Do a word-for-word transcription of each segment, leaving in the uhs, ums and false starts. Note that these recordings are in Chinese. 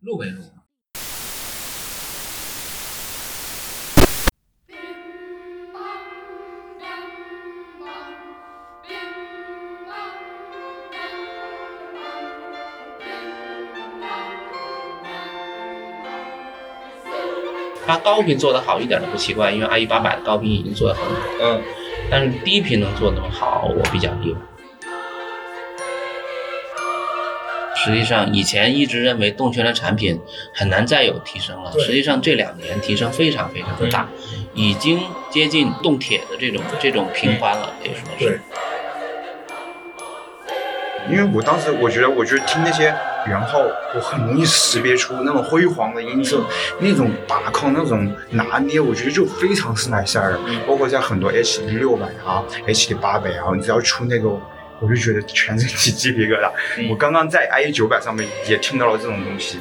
录没录？它高频做得好一点都不奇怪，因为 I E 八百的高频已经做得很好， 嗯， 但是低频能做那么好，我比较意外。实际上，以前一直认为动圈的产品很难再有提升了，实际上这两年提升非常非常的大，已经接近动铁的这种这种频宽了，可以说是。 因为我当时我觉得，我觉得听那些圆号，我很容易识别出那种辉煌的音色，那种把控、那种拿捏，我觉得就非常是奈塞尔。包括在很多 H D 六百啊、H D 八百啊，你只要出那个，我就觉得全身起鸡皮疙瘩。嗯、我刚刚在 I E 九百上面也听到了这种东西。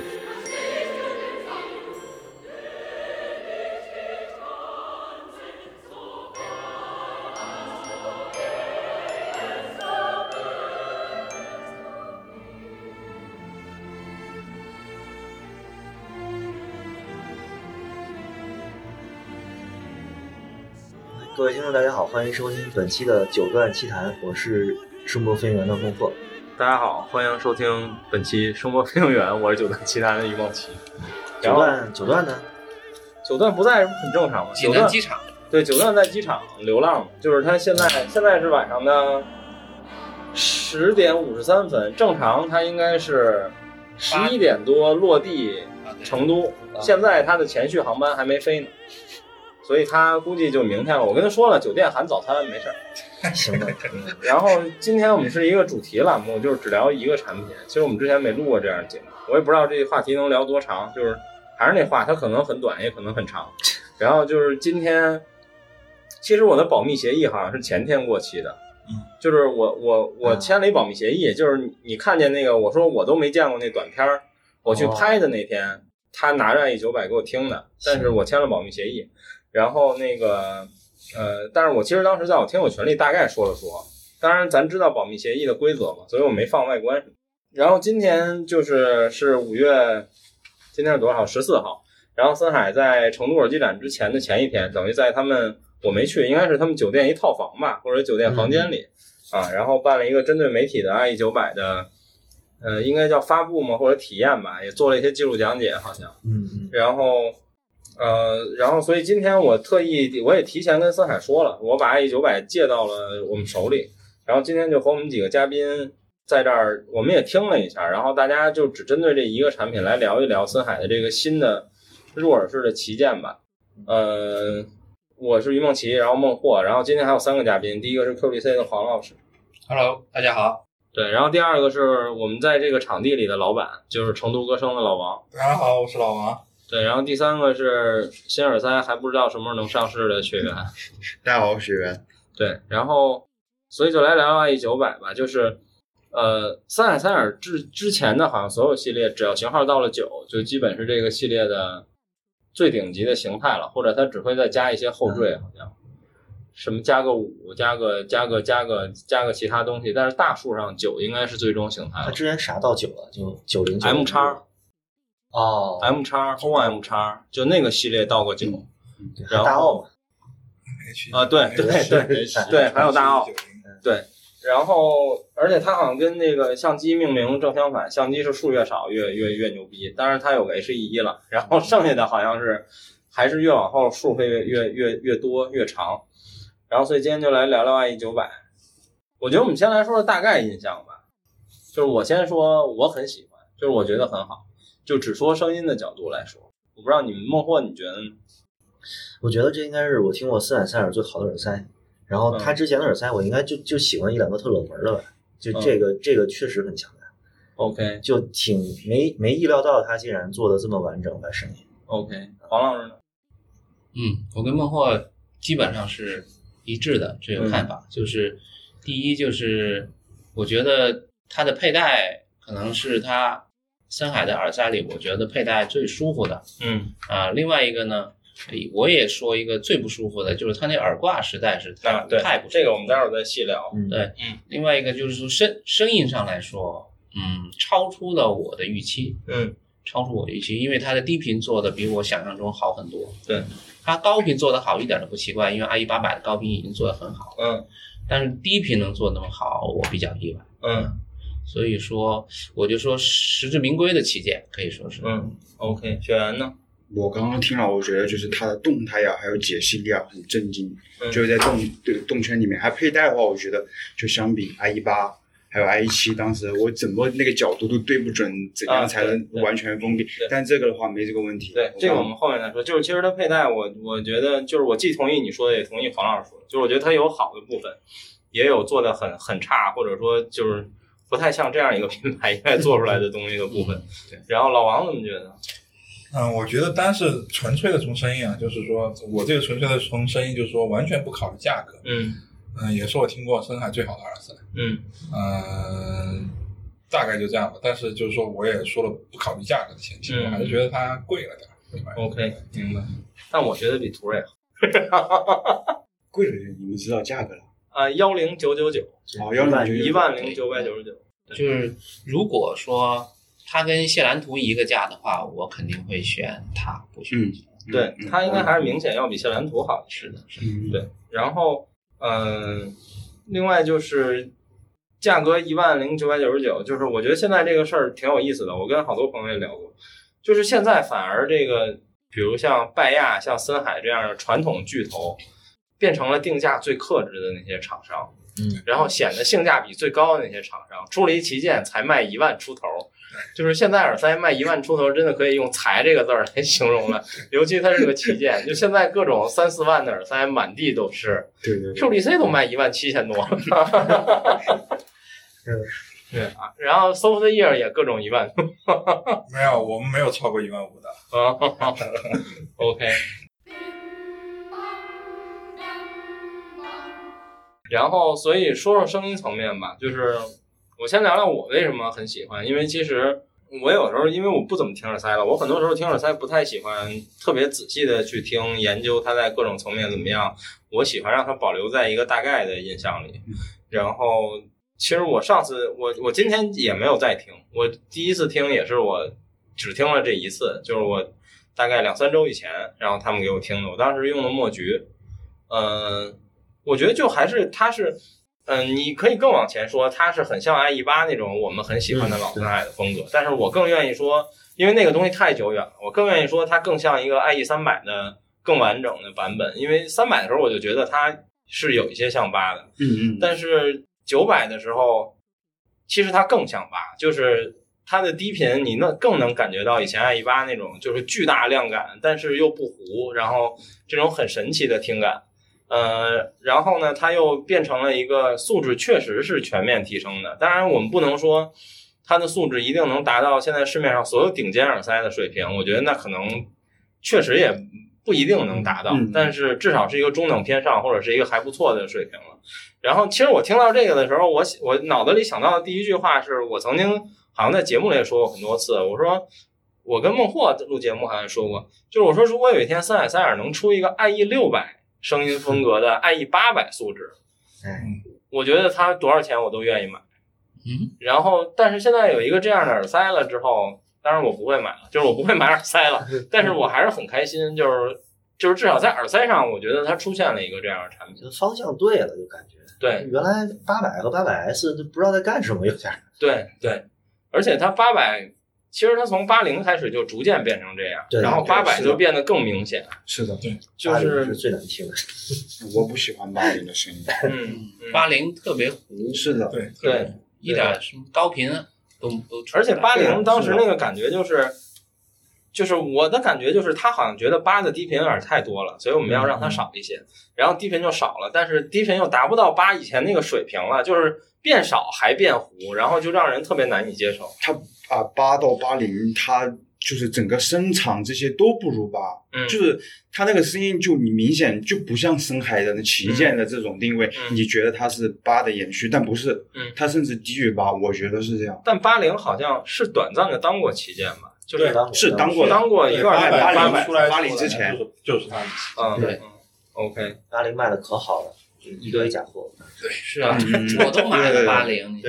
各位听众大家好，欢迎收听本期的九段奇谈，我是声波飞行员的孟获。 大家好，欢迎收听本期声波飞行员，我是九段奇谈的于梦琪。 九段九段呢？ 九段不在很正常吗？ 济南机场。 对，九段在机场流浪，就是他现在现在是晚上的十点五十三分，正常他应该是十一点多落地成都，现在他的前续航班还没飞呢。所以他估计就明天了。我跟他说了，酒店含早餐，没事儿。 行的。 然后今天我们是一个主题栏目，就是只聊一个产品。其实我们之前没录过这样的节目，我也不知道这个话题能聊多长。就是还是那话，它可能很短，也可能很长。然后就是今天，其实我的保密协议好像是前天过期的。嗯。就是我我我签了一保密协议，就是你看见那个我说我都没见过那短片，我去拍的那天，哦、他拿着 I E 九百给我听的，但是我签了保密协议。然后那个呃，但是我其实当时在我听友群里大概说了说，当然咱知道保密协议的规则嘛，所以我没放外观。然后今天就是是五月，今天是多少号？十四号。然后森海在成都耳机展之前的前一天，等于在他们我没去，应该是他们酒店一套房吧，或者酒店房间里、嗯、啊，然后办了一个针对媒体的 I E 九百的，呃，应该叫发布嘛或者体验吧，也做了一些记录讲解，好像。 嗯嗯。 然后。呃，然后所以今天我特意我也提前跟森海说了，我把 I E 九百借到了我们手里，然后今天就和我们几个嘉宾在这儿，我们也听了一下，然后大家就只针对这一个产品来聊一聊森海的这个新的入耳式的旗舰吧。呃，我是于梦琪，然后孟获，然后今天还有三个嘉宾，第一个是 Q B C 的黄老师 ，Hello， 大家好。 对，然后第二个是我们在这个场地里的老板，就是成都歌声的老王。 大家好，我是老王。 对，然后第三个是新耳塞还不知道什么时候能上市的学员。 大家好，我是学员。 对，然后所以就来聊聊 I E 九百吧，就是呃，森海塞尔之之前的好像所有系列，只要型号到了九，就基本是这个系列的最顶级的形态了，或者它只会再加一些后缀，好像什么加个五，加个加个加个加个其他东西，但是大数上九应该是最终形态了。 它之前啥到九了？就九零九 M 叉。 哦 ，M 叉 O M 叉就那个系列到过九、 嗯，然后大奥嘛， 啊对对对对，还有大奥，对，然后而且它好像跟那个相机命名正相反，相机是数越少越越越牛逼，当然它有个 H 一 了，然后剩下的好像是还是越往后数会越越越越多越长，然后所以今天就来聊聊 I E 九百，我觉得我们先来说说大概印象吧，就是我先说我很喜欢，就是我觉得很好。就只说声音的角度来说，我不知道你们孟获你觉得呢？ 我觉得这应该是我听过森海塞尔最好的耳塞，然后他之前的耳塞我应该就就喜欢一两个特冷门的吧，就这个、嗯、这个确实很强大。 OK， 就挺没没意料到他竟然做的这么完整的声音。 OK， 黄老师呢？ 嗯，我跟孟获基本上是一致的这个看法，嗯、就是第一就是我觉得它的佩戴可能是它。森海的耳塞里，我觉得佩戴最舒服的， 嗯啊，另外一个呢，我也说一个最不舒服的，就是它那耳挂实在是太、啊、太不舒服， 这个我们待会儿再细聊。 嗯、对，嗯，另外一个就是说声声音上来说，嗯，超出了我的预期， 嗯， 超出我预期，因为它的低频做的比我想象中好很多。 对， 它高频做的好一点都不奇怪，因为 I E 八百的高频已经做得很好。 嗯， 但是低频能做那么好，我比较意外。 嗯， 所以说我就说实至名归的旗舰，可以说是。 嗯 ，OK， 雪原呢？ 我刚刚听了，我觉得就是它的动态啊，还有解析力啊，很震惊。 嗯、 就是在动对动圈里面，还佩戴的话，我觉得就相比 I E 八还有 I E 七，当时我整个那个角度都对不准，怎样才能完全封闭？ 啊、 但这个的话没这个问题。 对，这个我们后面再说。就是其实它佩戴我，我我觉得就是我既同意你说的，也同意黄老师说的，就是我觉得它有好的部分，也有做的很很差，或者说就是不太像这样一个品牌应该做出来的东西的部分。对。然后老王怎么觉得？ 嗯，我觉得单是纯粹的从声音啊，就是说我这个纯粹的从声音，就是说完全不考虑价格。 嗯嗯，也是我听过深海最好的耳塞。 嗯嗯，大概就这样吧。但是就是说，我也说了不考虑价格的前提， 嗯、 我还是觉得它贵了点。 OK， 明白。但我觉得比途锐好。 贵了点，你们知道价格了？ 啊，幺零九九九。 哦，幺零一万零九百九十九。 就是如果说它跟谢兰图一个价的话，我肯定会选它，不选。 嗯， 对，它应该还是明显要比谢兰图好。 是的，是的。对，然后嗯、呃，另外就是价格一万零九百九十九，就是我觉得现在这个事儿挺有意思的。我跟好多朋友也聊过，就是现在反而这个，比如像拜亚、像森海这样的传统巨头，变成了定价最克制的那些厂商。 嗯， 然后显得性价比最高的那些厂商，出了一旗舰才卖一万出头，就是现在耳塞卖一万出头，真的可以用才这个字儿来形容了。尤其它是个旗舰，就现在各种三四万的耳塞满地都是。 对对对 ，Q D C 都卖一万七千多。对啊，然后 Soft Ear 也各种一万多。 没有，我们没有超过一万五的。 啊，OK。然后，所以说说声音层面吧，就是我先聊聊我为什么很喜欢，因为其实我有时候因为我不怎么听耳塞了，我很多时候听耳塞不太喜欢特别仔细的去听研究它在各种层面怎么样，我喜欢让它保留在一个大概的印象里。然后，其实我上次我我今天也没有再听，我第一次听也是我只听了这一次，就是我大概两三周以前，然后他们给我听的，我当时用的墨菊，嗯、呃。我觉得就还是它是，嗯、呃，你可以更往前说，它是很像 I E 八那种我们很喜欢的老森海的风格，但是我更愿意说，因为那个东西太久远了，我更愿意说它更像一个 I E 三百的更完整的版本，因为三百的时候我就觉得它是有一些像八的， 嗯嗯， 但是九百的时候，其实它更像八，就是它的低频你能更能感觉到以前 I E 八那种就是巨大量感，但是又不糊，然后这种很神奇的听感。呃，然后呢，它又变成了一个素质确实是全面提升的。当然，我们不能说它的素质一定能达到现在市面上所有顶尖耳塞的水平，我觉得那可能确实也不一定能达到， 嗯、 但是至少是一个中等偏上或者是一个还不错的水平了。然后，其实我听到这个的时候，我我脑子里想到的第一句话是我曾经好像在节目里也说过很多次，我说我跟孟获录节目好像说过，就是我说如果有一天森海塞尔能出一个 I E 六百。声音风格的 I E 八百素质， 嗯， 我觉得它多少钱我都愿意买。 嗯， 然后但是现在有一个这样的耳塞了之后，当然我不会买了，就是我不会买耳塞了，但是我还是很开心，就是就是至少在耳塞上，我觉得它出现了一个这样的产品， 方向对了，就感觉对。 原来八百和八百 S 都不知道在干什么，有点对对，而且它八百。其实它从八零开始就逐渐变成这样，然后八百就变得更明显。 是的， 对， 就是是最难听的。 我不喜欢八零的声音。 嗯， 八零特别糊。 是的， 对对， 一点什么高频都都。 而且八零当时那个感觉就是，就是我的感觉就是他好像觉得八的低频有点太多了，所以我们要让它少一些，然后低频就少了，但是低频又达不到八以前那个水平了，就是变少还变糊，然后就让人特别难以接受。 它啊，八到八零，它就是整个声场这些都不如八， 嗯， 就是它那个声音就你明显就不像森海的旗舰的这种定位， 嗯、 你觉得它是八的延续，但不是， 嗯， 它甚至低于八，我觉得是这样。 但八零好像是短暂的当过旗舰吧？就是是当过当过一段八八零出来八零之前就是它的旗舰。 嗯， 对、 嗯、，OK， 八零卖的可好了，一堆假货。 对，是啊，我都买了八零，你看看。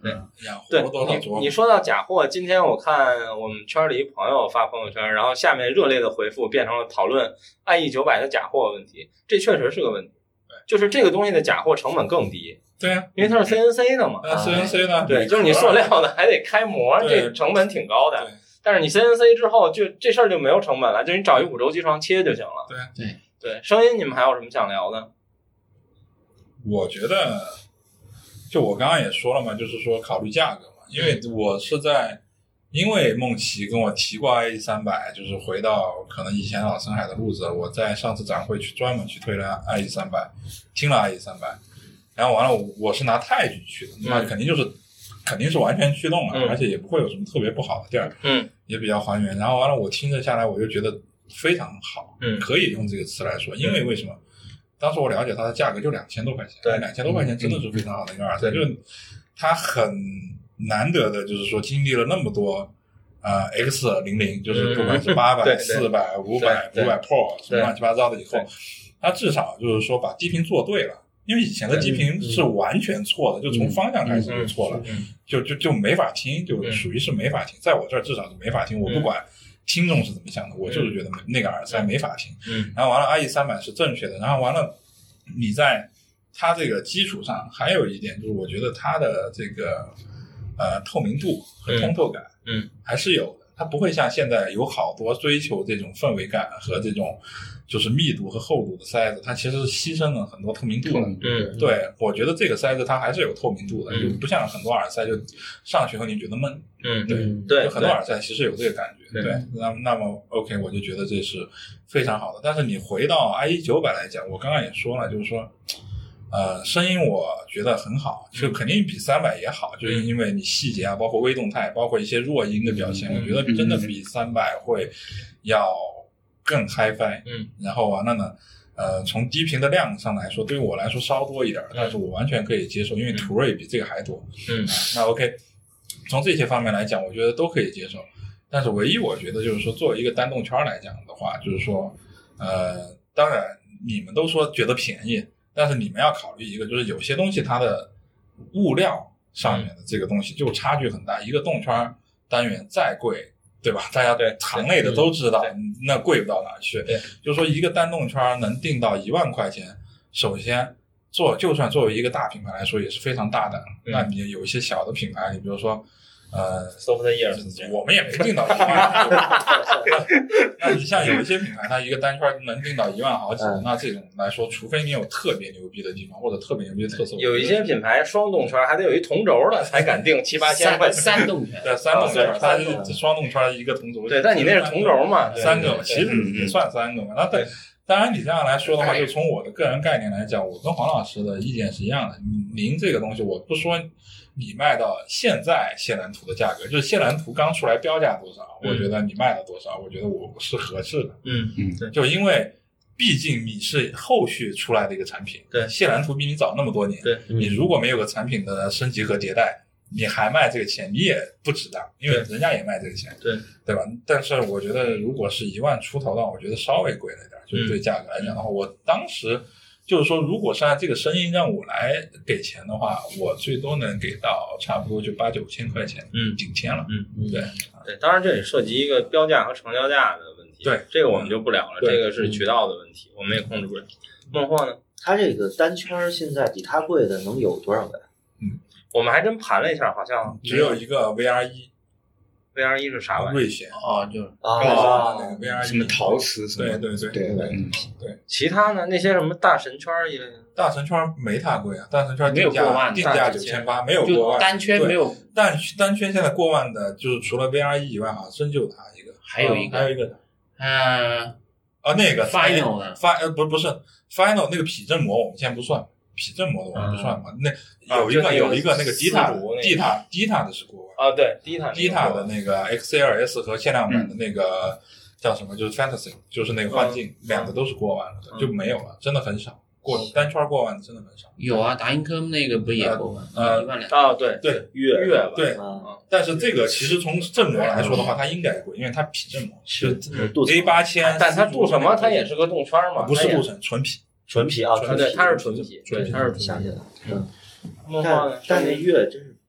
对， 养活对了多少桌？ 你你说到假货，今天我看我们圈里一朋友发朋友圈，然后下面热烈的回复变成了讨论 I E 九百的假货问题，这确实是个问题。就是这个东西的假货成本更低。 对啊， 因为它是 C N C 的嘛。 呃 C N C 的， 对，就是你塑料的还得开模，这成本挺高的。但是你 C N C 之后，就这事儿就没有成本了，就你找一五轴机床切就行了。 对对对，声音你们还有什么想聊的？ 我觉得，就我刚刚也说了嘛，就是说考虑价格嘛，因为我是在，因为梦琪跟我提过 I E 三百，就是回到可能以前老深海的路子，我在上次展会去专门去推了 I E 三百，听了 I E 三百，然后完了我是拿泰举去的，那肯定就是。肯定是完全驱动了、嗯，而且也不会有什么特别不好的地儿， 嗯， 也比较还原。然后完了，我听着下来，我就觉得非常好， 嗯， 可以用这个词来说。因为为什么？当时我了解它的价格就两千多块钱， 对， 两千多块钱真的是非常好的一个耳塞，就是它很难得的，就是说经历了那么多呃 X 零零，就是不管是八百、四百、五百、五百 Pro 什么乱七八糟的以后，它至少就是说把低频做对了。因为以前的低频是完全错的，就从方向开始就错了，就就就没法听，就属于是没法听。在我这儿至少是没法听，我不管听众是怎么想的，我就是觉得那个耳塞没法听。然后完了 I E 三百是正确的，然后完了你在它这个基础上还有一点就是我觉得它的这个呃透明度和通透感， 嗯， 还是有的。它不会像现在有好多追求这种氛围感和这种就是密度和厚度的塞子，它其实是牺牲了很多透明度的。 嗯， 对，我觉得这个塞子它还是有透明度的， 嗯、 就不像很多耳塞就上去后你觉得闷。 嗯， 对对， 有很多耳塞其实有这个感觉。 对， 对那那么 OK， 我就觉得这是非常好的。但是你回到 I E 九百来讲，我刚刚也说了，就是说。呃，声音我觉得很好，就肯定比三百也好，嗯、就是因为你细节啊，包括微动态，包括一些弱音的表现，嗯、我觉得真的比三百会要更 hi-fi。嗯，然后完了呢，呃，从低频的量上来说，对于我来说稍多一点，但是我完全可以接受，因为途锐比这个还多。 嗯， 那 OK， 从这些方面来讲，我觉得都可以接受。但是唯一我觉得就是说，作为一个单动圈来讲的话，就是说，呃，当然你们都说觉得便宜。但是你们要考虑一个，就是有些东西它的物料上面的这个东西就差距很大。一个动圈单元再贵，对吧？大家行内的都知道，那贵不到哪去。就是说一个单动圈能定到一万块钱，首先做就算作为一个大品牌来说也是非常大胆。嗯、那你有一些小的品牌，你比如说。呃 ，Softyear， 我们也没定到一万。那你像有一些品牌，它一个单圈能定到一万好几，嗯、那这种来说，除非你有特别牛逼的地方或者特别牛逼的特色， 有一些品牌双动圈还得有一同轴的才敢定七八千块。 三动圈， 对，三动圈，它是双动圈一个同轴。 对，但你那是同轴嘛？ 三个，其实也算三个嘛。那对。当然，你这样来说的话，就从我的个人概念来讲，我跟黄老师的意见是一样的。您这个东西，我不说你卖到现在谢兰图的价格，就是谢兰图刚出来标价多少，嗯、我觉得你卖了多少，我觉得我是合适的。 嗯嗯， 就因为毕竟你是后续出来的一个产品， 对， 谢兰图比你早那么多年， 对， 你如果没有个产品的升级和迭代。你还卖这个钱，你也不值当，因为人家也卖这个钱， 对对吧？但是我觉得，如果是一万出头的话，我觉得稍微贵了一点，就是对价格来讲的话，嗯、我当时就是说，如果是按这个声音让我来给钱的话，我最多能给到差不多就八九千块钱， 嗯， 顶天了， 嗯嗯，对对。当然，这里涉及一个标价和成交价的问题， 对， 这个我们就不聊了，这个是渠道的问题，我们也控制不了。孟获呢？ 它这个单圈现在比它贵的能有多少个？ 嗯。 我们还真盘了一下，好像只有一个 V R 一 ，V R 一是啥玩意儿？ 瑞显哦，就是啊， 那个 V R 一什么陶瓷什么？ 对对对对对对。 其他呢？那些什么大神圈也， 大神圈没它贵啊，大神圈没有过万， 定价九千八，没有过万， 单圈没有， 单单圈现在过万的，就是除了 V R 一以外，好像真就它一个， 还有一个， 还有一个， 嗯， 啊，那个 Final 的 ，Final 呃不不是 Final 那个匹振膜，我们先不算。匹振膜的我们不算嘛，那有一个有一个那个迪塔迪塔迪塔的是国外啊，对迪塔迪塔的那个 X L S 和限量版的那个叫什么，就是 Fantasy， 就是那个幻境，两个都是过万的，就没有了，真的很少，过单圈过万的真的很少。 有啊，达音科那个不也过万？ 呃， 一万两啊，对对， 月月对，但是这个其实从振膜来说的话，它应该贵，因为它匹振膜是 A 八千， 但它镀什么？它也是个动圈嘛？ 不是镀层，纯匹。 纯皮啊， 对，它是纯皮， 对， 它是想起来了。嗯， 但但那月真是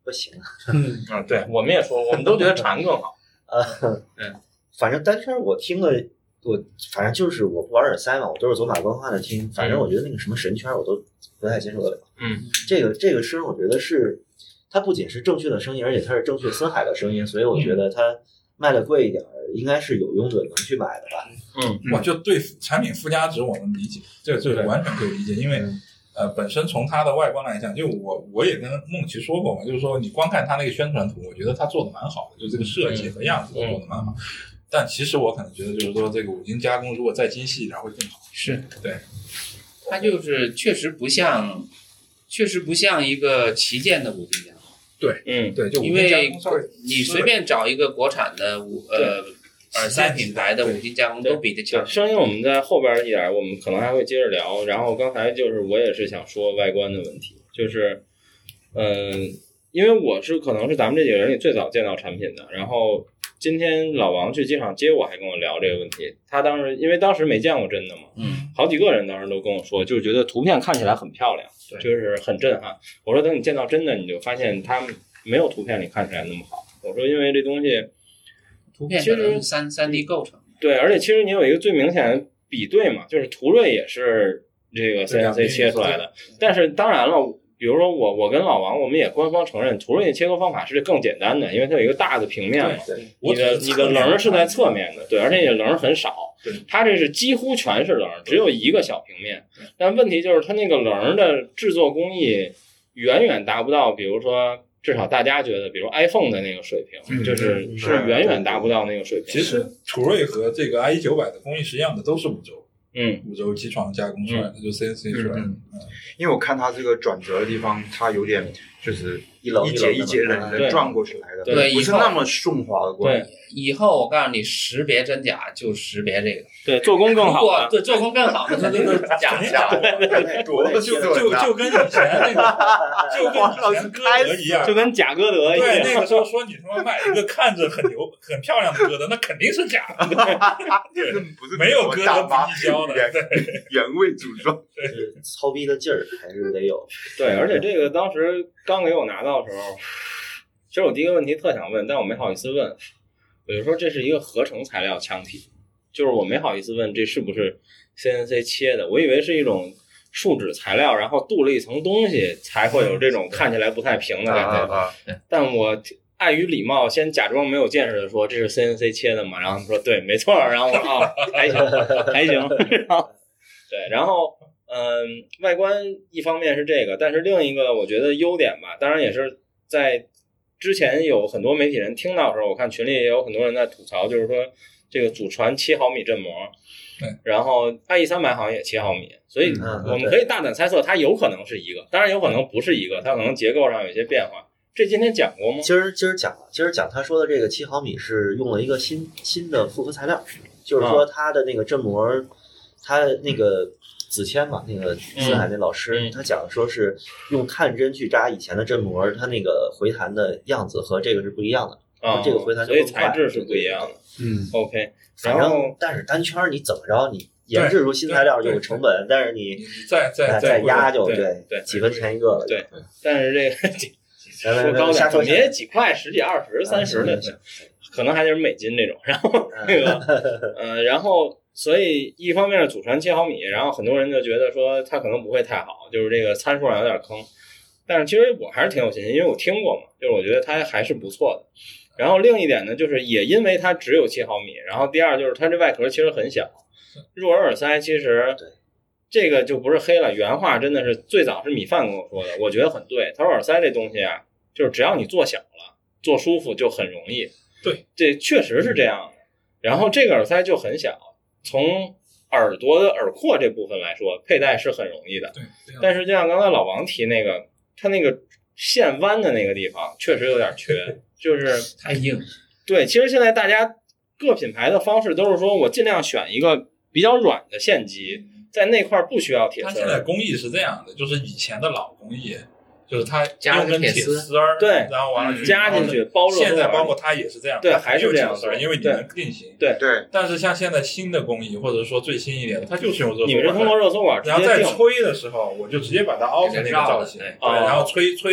不行。 嗯啊，对，我们也说，我们都觉得蝉更好。 呃，嗯，反正单圈我听了，我反正就是我不玩耳塞嘛，我都是走马观花的听。反正我觉得那个什么神圈我都不太接受得了。 嗯， 这个这个声我觉得是，它不仅是正确的声音，而且它是正确森海的声音，所以我觉得它卖的贵一点，应该是有用的，能去买的吧。 嗯， 我就对产品附加值我能理解，这个这个完全可以理解，因为。呃，本身从它的外观来讲，就我我也跟梦琪说过嘛，就是说你光看它那个宣传图，我觉得它做的蛮好的，就这个设计和样子都做的蛮好。嗯、但其实我可能觉得，就是说这个五金加工如果再精细一点会更好。 是， 对， 它就是确实不像，确实不像一个旗舰的五金加工。 对， 嗯， 对，就因为你随便找一个国产的五呃耳塞品牌的五金加工都比得强。 声音我们在后边一点，我们可能还会接着聊。然后刚才就是我也是想说外观的问题，就是嗯、呃，因为我是可能是咱们这几个人里最早见到产品的。然后今天老王去机场接我，还跟我聊这个问题。他当时因为当时没见过真的嘛， 嗯， 好几个人当时都跟我说，就觉得图片看起来很漂亮，就是很震撼。我说等你见到真的，你就发现它没有图片里看起来那么好。我说因为这东西。 图片可能是三三 D 构成， 对，而且其实你有一个最明显的比对嘛，就是途锐也是这个 C N C 切出来的，但是当然了，比如说我我跟老王，我们也官方承认途锐的切割方法是更简单的，因为它有一个大的平面嘛，你的你的棱是在侧面的，对，而且你的棱很少，它这是几乎全是棱，只有一个小平面，但问题就是它那个棱的制作工艺远远达不到，比如说。至少大家觉得，比如 iPhone 的那个水平，嗯、就是是远远达不到那个水平。 其实途锐和这个 I E 九百的工艺是一样的，都是五轴， 嗯， 五轴机床加工出来的，嗯、就 C N C 出来的。嗯嗯、因为我看它这个转折的地方，它有点就是一楼一节一节人人转过去来的， 对， 不是那么顺滑的过程。 对，以后我告诉你，识别真假就识别这个， 对，做工更好、啊， 对，做工更好，那肯定是假假的， 就就就跟以前那个，就跟以前歌德一样， 就跟假歌德一样。 对，那个时候说你他妈卖一个看着很牛、很漂亮的歌德，那肯定是假的，对， 不是没有歌德不易销的，对， 原味组装， 是操逼的劲儿还是得有。 对，而且这个当时刚给我拿到的时候，其实我第一个问题特想问，但我没好意思问。我就说这是一个合成材料腔体，就是我没好意思问这是不是 C N C 切的，我以为是一种树脂材料，然后镀了一层东西才会有这种看起来不太平的感觉。 啊啊、 但我碍于礼貌，先假装没有见识的说这是 C N C 切的嘛，然后他们说对，没错，然后我说啊、哦，还行，还行，然后对，然后嗯，外观一方面是这个，但是另一个我觉得优点吧，当然也是在。之前有很多媒体人听到的时候，我看群里也有很多人在吐槽，就是说这个祖传七毫米振膜，然后 I E 三百好像也七毫米，所以我们可以大胆猜测它有可能是一个，当然有可能不是一个，它可能结构上有些变化。这今天讲过吗？ 今儿今儿讲了，今儿讲他说的这个七毫米是用了一个新新的复合材料，就是说它的那个振膜，它那个。子谦嘛，那个四海那老师，嗯、他讲说是用探针去扎以前的振膜，它那个回弹的样子和这个是不一样的， 啊、 这个回弹就所以材质是不一样的。 嗯 ，OK。 反正但是单圈你怎么着，你研制出新材料就有成本，但是你再再再压就对对几分钱一个了。 对，但是这个说高点，怎么也几块、十几、二十、三十的，可能还得是美金这种。然后那个呃，然后。所以一方面是祖传七毫米，然后很多人就觉得说它可能不会太好，就是这个参数上有点坑。但是其实我还是挺有信心，因为我听过嘛，就是我觉得它还是不错的。然后另一点呢，就是也因为它只有七毫米，然后第二就是它这外壳其实很小，入耳耳塞其实这个就不是黑了，原话真的是最早是米饭跟我说的，我觉得很对。他说耳塞这东西啊，就是只要你做小了，做舒服就很容易。 对， 这确实是这样的。然后这个耳塞就很小。从耳朵的耳廓这部分来说，佩戴是很容易的。 对， 但是就像刚才老王提那个，它那个线弯的那个地方确实有点缺，就是太硬。 对，其实现在大家各品牌的方式都是说我尽量选一个比较软的线基，在那块不需要铁丝。 它现在工艺是这样的，就是以前的老工艺。就是它加根铁丝儿， 对， 然后完了加进去包热。 现在包括它也是这样， 对，还是这样的，因为你能定型。 对对。 但是像现在新的工艺，或者说最新一点的，它就是用热缩管。 你们是通过热缩管， 然后在吹的时候，我就直接把它凹成那个造型，对，然后吹吹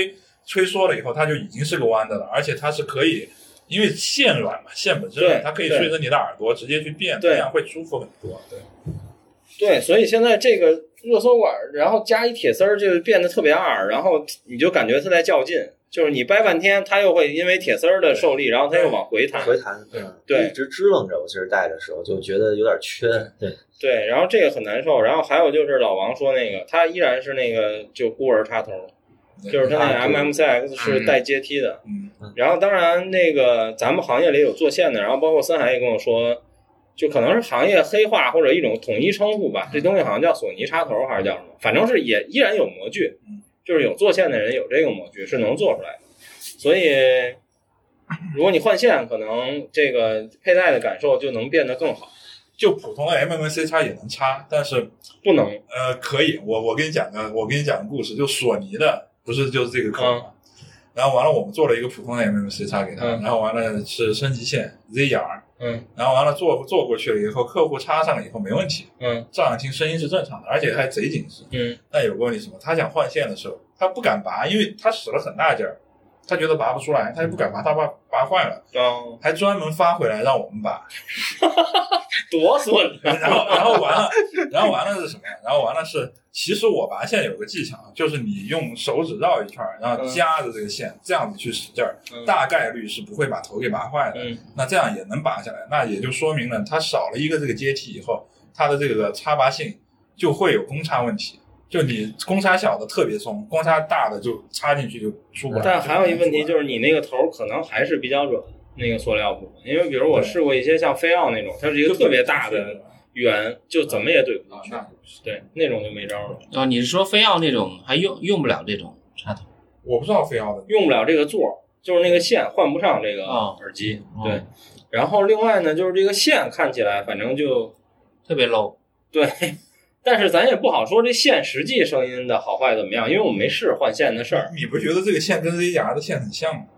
吹缩了以后，它就已经是个弯的了，而且它是可以，因为线软嘛，线本身软，它可以随着你的耳朵直接去变，这样会舒服很多。对， 对，所以现在这个热缩管，然后加一铁丝儿，就变得特别二，然后你就感觉它在较劲。就是你掰半天，它又会因为铁丝儿的受力，然后它又往回弹， 回弹， 对对， 一直支棱着。我其实戴的时候就觉得有点缺，对对，然后这个很难受。然后还有就是老王说那个，它依然是那个就孤儿插头，就是它那个 M M C X 是带阶梯的。 嗯， 然后当然那个咱们行业里有做线的，然后包括森海也跟我说，就可能是行业黑化或者一种统一称呼吧，这东西好像叫索尼插头还是叫什么，反正是也依然有模具。就是有做线的人有这个模具是能做出来的，所以如果你换线，可能这个佩戴的感受就能变得更好。 就普通的 M M C 插也能插，但是不能。 呃，可以，我我跟你讲个我跟你讲个故事，就索尼的不是就是这个口嘛、嗯，然后完了我们做了一个普通的 M M C 插给他、嗯，然后完了是升级线 Z R。 嗯， 然后完了做做过去了以后，客户插上了以后没问题， 嗯， 照样听声音是正常的，而且还贼紧实， 嗯。 但有个问题什么？他想换线的时候，他不敢拔，因为他使了很大劲儿，他觉得拔不出来，他就不敢拔，他怕拔坏了， 哦， 还专门发回来让我们拔， 多损啊！ 然后然后完了，然后完了是什么？然后完了是，其实我拔线有个技巧，就是你用手指绕一圈，然后夹着这个线，嗯、这样子去使劲儿、嗯，大概率是不会把头给拔坏的。 嗯， 那这样也能拔下来，那也就说明了它少了一个这个阶梯以后，它的这个插拔性就会有公差问题。就你公差小的特别松，公差大的就插进去就出不来。 但还有一个问题就是你那个头可能还是比较软，那个塑料部分，因为比如我试过一些像飞奥那种，它是一个特别大的圆，就怎么也怼不进去。对，那种就没招了。 哦，你是说飞奥那种还用用不了这种插头？ 我不知道飞奥的用不了这个座，就是那个线换不上这个耳机。哦、对、哦，然后另外呢，就是这个线看起来反正就特别 low。 对。但是咱也不好说这线实际声音的好坏怎么样，因为我们没试换线的事儿。 你不觉得这个线跟 Z R 的线很像吗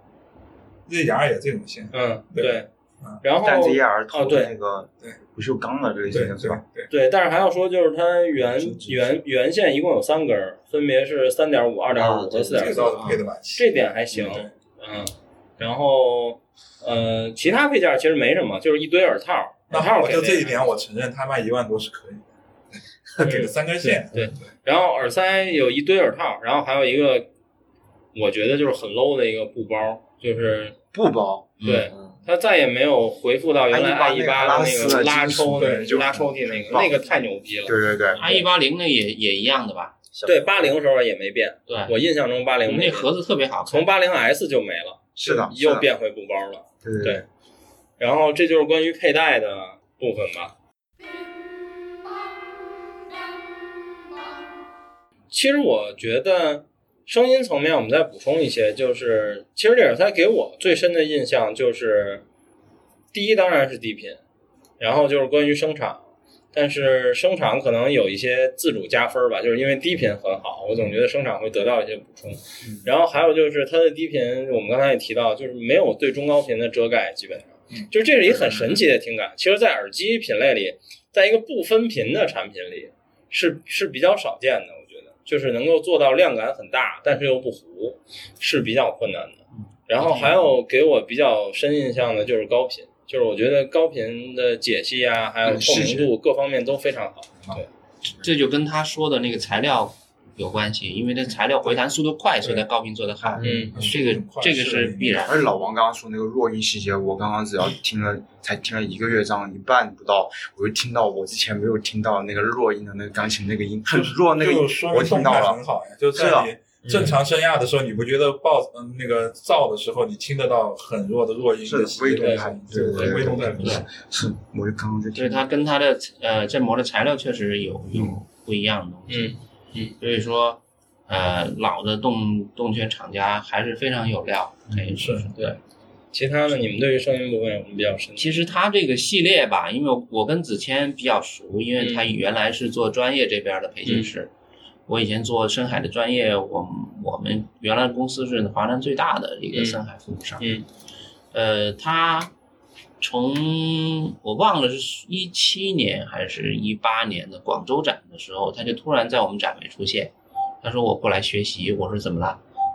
？Z R 也这种线。 嗯，对。 对嗯、然后但 Z R 哦对那个不锈钢的这个线是吧？ 对对。但是还要说，就是它原原原线一共有三根，分别是 三点五、二点五和四点四，这点还行。嗯。然后呃，其他配件其实没什么，就是一堆耳套。 那好，就这一点我承认，他卖一万多是可以的。给了三根线， 对，对，然后耳塞有一堆耳套，然后还有一个，我觉得就是很 low 的一个布包，就是布包， 对，嗯、它再也没有回复到原来 I 一八的那个拉抽那个拉抽屉那个，那个太牛逼了。 对对对 ，I 一八零那也也一样的吧？ 对，八零时候也没变。 对， 我印象中八零那盒子特别好看， 从八零 S 就没了， 是的， 又变回布包了。 对 对, 对，然后这就是关于佩戴的部分吧。其实我觉得声音层面我们再补充一些，就是其实这耳塞给我最深的印象就是第一当然是低频，然后就是关于声场，但是声场可能有一些自主加分吧，就是因为低频很好，我总觉得声场会得到一些补充。然后还有就是它的低频我们刚才也提到，就是没有对中高频的遮盖，基本上就是这是一个很神奇的听感。其实在耳机品类里，在一个不分频的产品里是是比较少见的，我觉得就是能够做到量感很大但是又不糊是比较困难的。然后还有给我比较深印象的就是高频，就是我觉得高频的解析啊还有透明度各方面都非常好。对， 这就跟他说的那个材料有关系，因为那材料回弹速度快，所以它高频做得好。 嗯， 这个这个是必然。 而老王刚刚说那个弱音细节，我刚刚只要听了才听了一个乐章一半不到，我就听到我之前没有听到那个弱音的那个钢琴那个音很弱那个音，我听到了。 很好呀，就在你正常声压的时候，你不觉得爆嗯那个噪的时候，你听得到很弱的弱音的微动态， 对对微动态， 对， 是，我就刚刚在听。 所以它跟它的呃振膜的材料确实有有不一样的东西。 嗯嗯， 所以说。呃，老的动动圈厂家还是非常有料，可以说是对。 其他的你们对于声音部分有什么比较深？ 其实它这个系列吧，因为我跟子谦比较熟，因为他原来是做专业这边的培训师，嗯、我以前做深海的专业，我我们原来公司是华南最大的一个深海服务商。 嗯， 呃，他从我忘了是一七年还是一八年的广州展的时候，他就突然在我们展位出现。他说我过来学习，我说怎么了？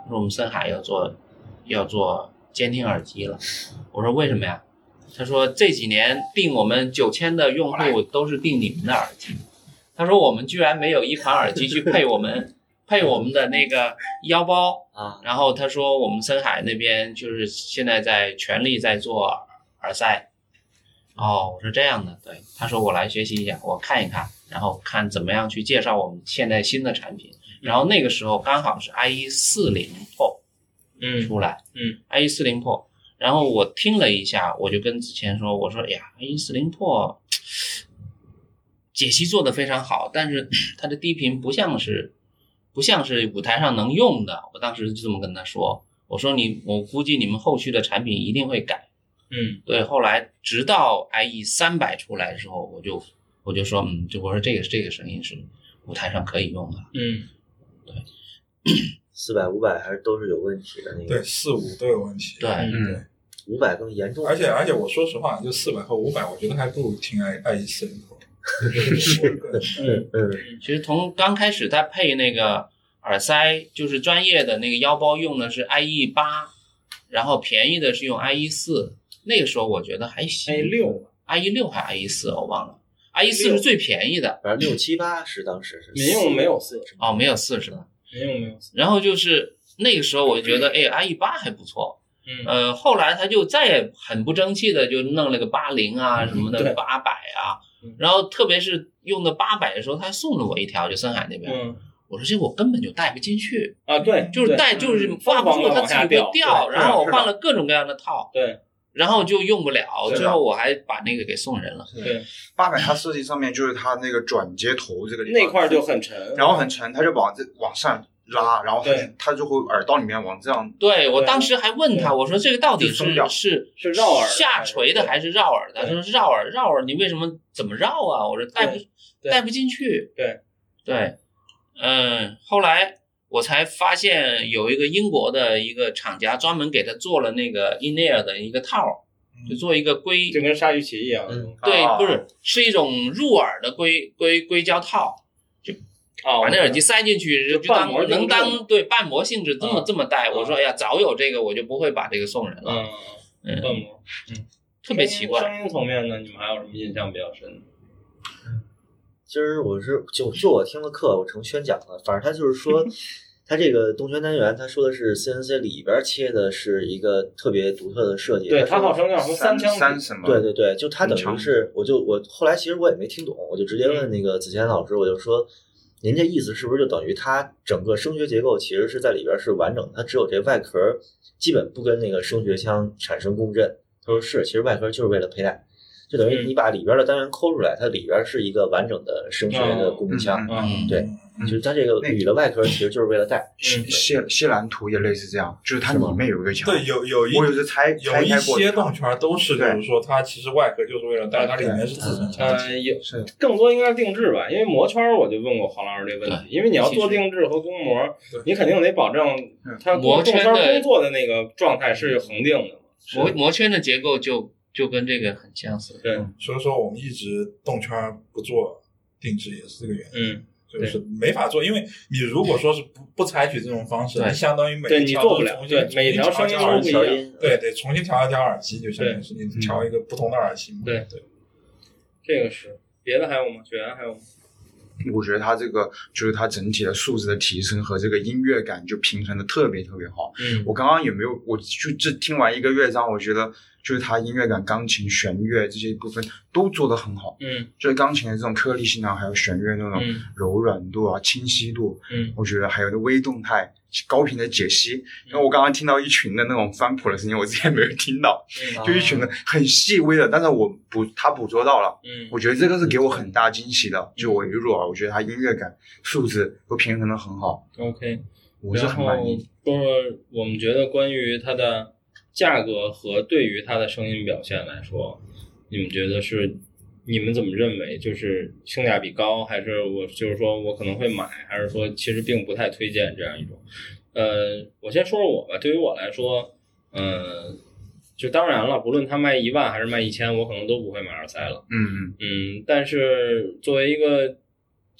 他说我们森海要做要做监听耳机了。我说为什么呀？他说这几年订我们九千的用户都是订你们的耳机。他说我们居然没有一款耳机去配我们配我们的那个腰包啊。 然后他说我们森海那边就是现在在全力在做耳塞。哦，我说这样的，对。他说我来学习一下，我看一看，然后看怎么样去介绍我们现在新的产品。然后那个时候刚好是 I E 四十 Pro 嗯出来， 嗯 I E 四十 Pro。然后我听了一下，我就跟子谦说，我说哎呀 I E 四十 Pro 解析做得非常好，但是它的低频不像是不像是舞台上能用的。我当时就这么跟他说，我说你我估计你们后续的产品一定会改。 嗯， 对。后来直到 I E 三百 出来的时候，我就我就说嗯，就我说这个这个声音是舞台上可以用的。 嗯， 对。 四百、五百还是都是有问题的那个。 对，四五都有问题。 对， 嗯， 五百更严重。 而且而且我说实话，就四百和五百，我觉得还不如听 I I E 四十 Pro。 嗯嗯， 其实从刚开始他配那个耳塞，就是专业的那个腰包用的是 I E 八，然后便宜的是用 I E 四，那个时候我觉得还行。 I E 六 I E 六还 I E 四我忘了。I E 四是最便宜的， 反正六七八是当时是。 民用没有四哦，没有四是吧？ 民用没有四。 然后就是那个时候我就觉得，哎 ，I E 八还不错。 嗯， 呃，后来他就再也很不争气的就弄了个八零啊什么的，八百啊，然后特别是用的八百的时候，他还送了我一条，就森海那边。 嗯， 我说这我根本就带不进去啊，对， 就是带就是挂不住，它自己会掉，然后我换了各种各样的套， 对， 然后就用不了，最后我还把那个给送人了。 对， 八百它设计上面就是它那个转接头这个地方那块就很沉， 然后很沉，它就往这往上拉，然后它它就会耳道里面往这样。 对，我当时还问他，我说这个到底是是是绕耳下垂的还是绕耳的？他说是绕耳，绕耳你为什么怎么绕啊？我说带不带不进去。 对对，嗯，后来我才发现有一个英国的一个厂家专门给他做了那个 in-ear 的一个套，就做一个硅， 就跟鲨鱼鳍一样。 嗯，对，不是，是一种入耳的硅硅硅胶套。 哦， 把那耳机塞进去就当能当对瓣膜性质这么、嗯、这么戴。我说哎呀，早有这个我就不会把这个送人了。 嗯，瓣膜，嗯， 特别奇怪。 声音层面呢，你们还有什么印象比较深的？ 今儿我是就就我听了课，我成宣讲了。反正他就是说，他这个动圈单元，他说的是 C N C 里边切的是一个特别独特的设计。 对，他号称叫什么三腔三什么？ 对对对，就他等于是，我就我后来其实我也没听懂，我就直接问那个子谦老师，我就说。您这意思是不是就等于它整个声学结构其实是在里边是完整的，它只有这外壳基本不跟那个声学腔产生共振。他说是，其实外壳就是为了佩戴，就等于你把里边的单元抠出来，它里边是一个完整的声学的共鸣腔。 嗯， 对，就是它这个铝的外壳其实就是为了带。 谢谢兰图也类似这样，就是它里面有一个腔。 对，有有一我有是拆有一些动圈都是，就是说它其实外壳就是为了带，它里面是自成腔。 呃，有更多应该是定制吧，因为膜圈我就问过黄老师这个问题，因为你要做定制和公膜，你肯定得保证它膜圈工作的那个状态是恒定的。 膜膜圈的结构就就跟这个很相似。 对， 所以说我们一直动圈不做定制也是这个原因。 嗯。 就是没法做，因为你如果说是不不采取这种方式，你相当于每一条都重新每条声音都不一样， 对，得重新调一条耳机，就相当于是你调一个不同的耳机嘛。 对对，这个是别的还有吗？雪原还有吗？ 我觉得它这个就是它整体的素质的提升和这个音乐感就平衡的特别特别好。 嗯， 我刚刚也没有，我就这听完一个乐章，我觉得就是它音乐感、钢琴、弦乐这些部分都做得很好。 嗯， 就是钢琴的这种颗粒性啊，还有弦乐那种柔软度啊、清晰度， 嗯， 我觉得还有的微动态、高频的解析。因为我刚刚听到一群的那种翻谱的声音，我之前没有听到， 嗯、 就一群的很细微的，但是我捕他捕捉到了。 嗯， 我觉得这个是给我很大惊喜的。就我一入耳，我觉得他音乐感、素质都平衡的很好。 OK， 我是很满意。 说说我们觉得关于它的价格和对于它的声音表现来说，你们觉得是你们怎么认为？就是性价比高，还是我就是说我可能会买，还是说其实并不太推荐这样一种？呃，我先说说我吧。对于我来说，嗯、呃，就当然了，不论它卖一万还是卖一千，我可能都不会买耳塞了。 嗯嗯，但是作为一个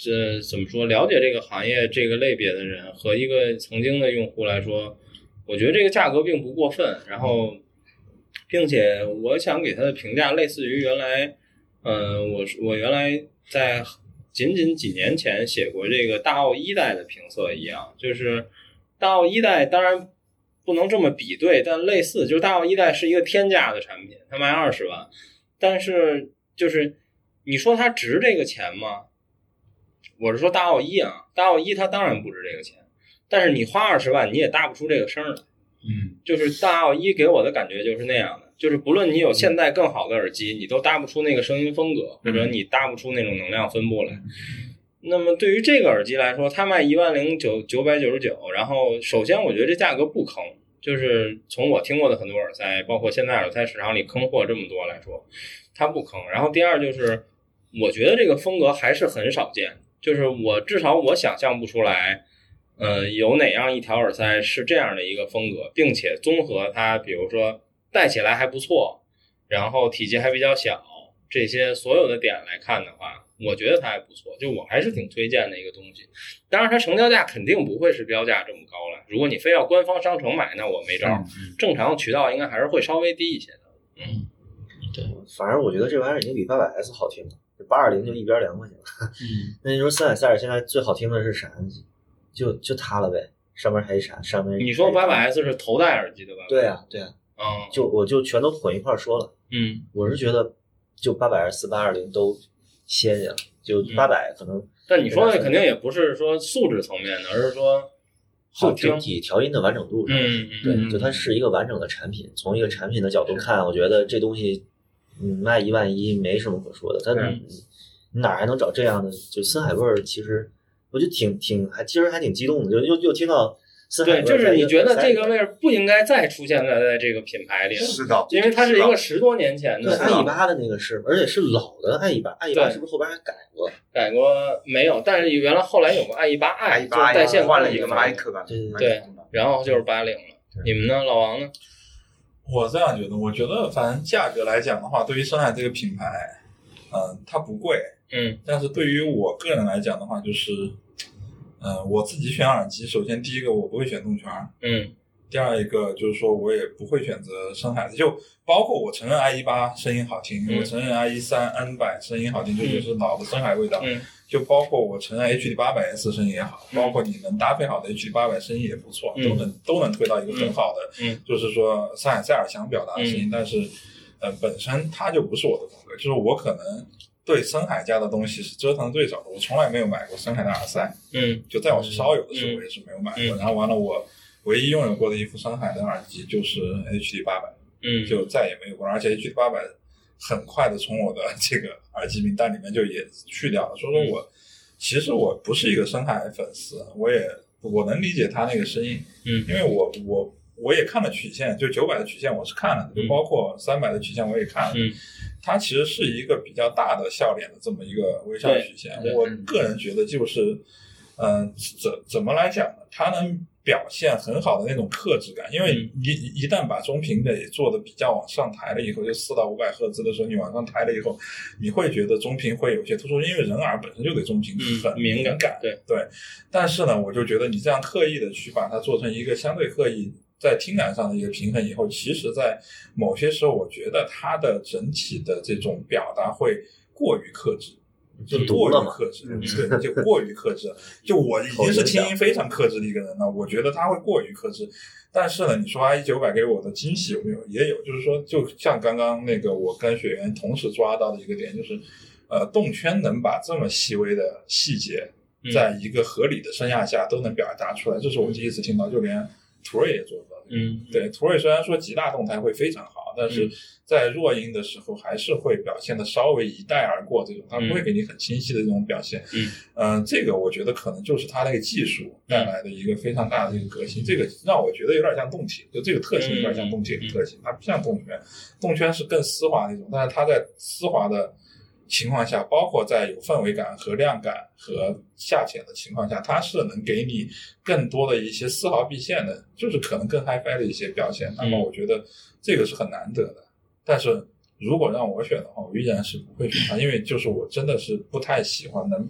这怎么说？了解这个行业这个类别的人和一个曾经的用户来说，我觉得这个价格并不过分。然后，并且我想给它的评价类似于原来，呃，我我原来在仅仅几年前写过这个大奥一代的评测一样，就是大奥一代当然不能这么比对，但类似，就是大奥一代是一个天价的产品，它卖二十万，但是就是你说它值这个钱吗？我是说大奥一啊，大奥一它当然不值这个钱，但是你花二十万你也搭不出这个声来。 嗯， 就是大奥一给我的感觉就是那样的，就是不论你有现在更好的耳机，你都搭不出那个声音风格，或者你搭不出那种能量分布来。那么对于这个耳机来说，它卖一万零九九百九十九，然后首先我觉得这价格不坑，就是从我听过的很多耳塞，包括现在耳塞市场里坑货这么多来说，它不坑。然后第二就是，我觉得这个风格还是很少见，就是我至少我想象不出来，呃，有哪样一条耳塞是这样的一个风格，并且综合它，比如说戴起来还不错，然后体积还比较小，这些所有的点来看的话，我觉得它还不错，就我还是挺推荐的一个东西。当然它成交价肯定不会是标价这么高了，如果你非要官方商城买，那我没招，嗯、正常渠道应该还是会稍微低一些的。嗯， 对，反正我觉得这玩意儿已经比八百 S 好听了，八二零就一边凉快去了。嗯，那你说森海塞尔现在最好听的是啥？就就它了呗，上面还有啥？上面你说八百 S 是头戴耳机的吧？ 对啊，对啊， 嗯， 就我就全都混一块说了。 嗯， 我是觉得就八百 S、八二零都鲜呀，就八百可能、嗯。 但你说的肯定也不是说素质层面的，而是说好听、整体调音的完整度。 嗯嗯， 对，就它是一个完整的产品。从一个产品的角度看，我觉得这东西，嗯，卖一万一没什么可说的。它你哪还能找这样的？就森海味儿，其实。我就挺挺还其实还挺激动的，就又又听到森海味。 对，就是你觉得这个味儿不应该再出现在在这个品牌里了， 是的， 因为它是一个十多年前的。 对，爱一八的那个是，而且是老的爱一八，爱一八是不是后边还改过？ 改过没有？但是原来后来有个爱一八 i， 就带线换了一个麦克吧。 对对，然后就是八零了。你们呢，老王呢？ 我这样觉得，我觉得反正价格来讲的话，对于森海这个品牌，嗯，它不贵。 嗯， 但是对于我个人来讲的话，就是，嗯、呃，我自己选耳机，首先第一个我不会选动圈， 嗯， 第二一个就是说我也不会选择森海的，就包括我承认 i 一八声音好听，嗯、我承认 i 一三 N 百声音好听，这就是老的森海味道， 嗯， 就包括我承认 H D 八百 S 声音也好，包括你能搭配好的 H D 八百声音也不错， 嗯、 都能都能推到一个很好的， 嗯， 就是说森海塞尔想表达的声音， 嗯、 但是呃本身它就不是我的风格，就是我可能。对森海家的东西是折腾最少的，我从来没有买过森海的耳塞， 嗯， 就在我是烧友的时候我也是没有买过， 嗯、 然后完了我唯一拥有过的一副森海的耳机就是 H D 八百， 嗯， 就再也没有过，而且 H D 八百很快的从我的这个耳机名单里面就也去掉了，所以说我、嗯、其实我不是一个森海粉丝，我也我能理解他那个声音， 嗯， 因为我我我也看了曲线，就九百的曲线我是看了的，就包括三百的曲线我也看了， 嗯。 它其实是一个比较大的笑脸的这么一个微笑曲线，我个人觉得就是，嗯、呃，怎怎么来讲呢？它能表现很好的那种克制感，因为一一旦把中频的也做的比较往上抬了以后，就四到五百赫兹的时候，你往上抬了以后，你会觉得中频会有些突出，因为人耳本身就对中频很敏感， 嗯、对对。但是呢，我就觉得你这样刻意的去把它做成一个相对刻意。在听感上的一个平衡以后，其实在某些时候我觉得它的整体的这种表达会过于克制，就过于克制，对，就过于克制。就我已经是听音非常克制的一个人了，我觉得它会过于克制。但是呢，你说 i 九百给我的惊喜有没有？也有，就是说，就像刚刚那个我跟学员同时抓到的一个点，就是呃，动圈能把这么细微的细节，在一个合理的声压下都能表达出来，这是我第一次听到，就连途锐也做不到。 嗯， 对，途锐虽然说极大动态会非常好，但是在弱音的时候还是会表现的稍微一带而过，这种它不会给你很清晰的这种表现。 嗯， 呃，这个我觉得可能就是它那个技术带来的一个非常大的一个革新，这个让我觉得有点像动铁，就这个特性有点像动铁的特性，它不像动圈，动圈是更丝滑那种，但是它在丝滑的情况下，包括在有氛围感和亮感和下潜的情况下，它是能给你更多的一些丝毫毕现的，就是可能更 hi-fi 的一些表现。那么我觉得这个是很难得的。但是如果让我选的话，我依然是不会选它，因为就是我真的是不太喜欢能把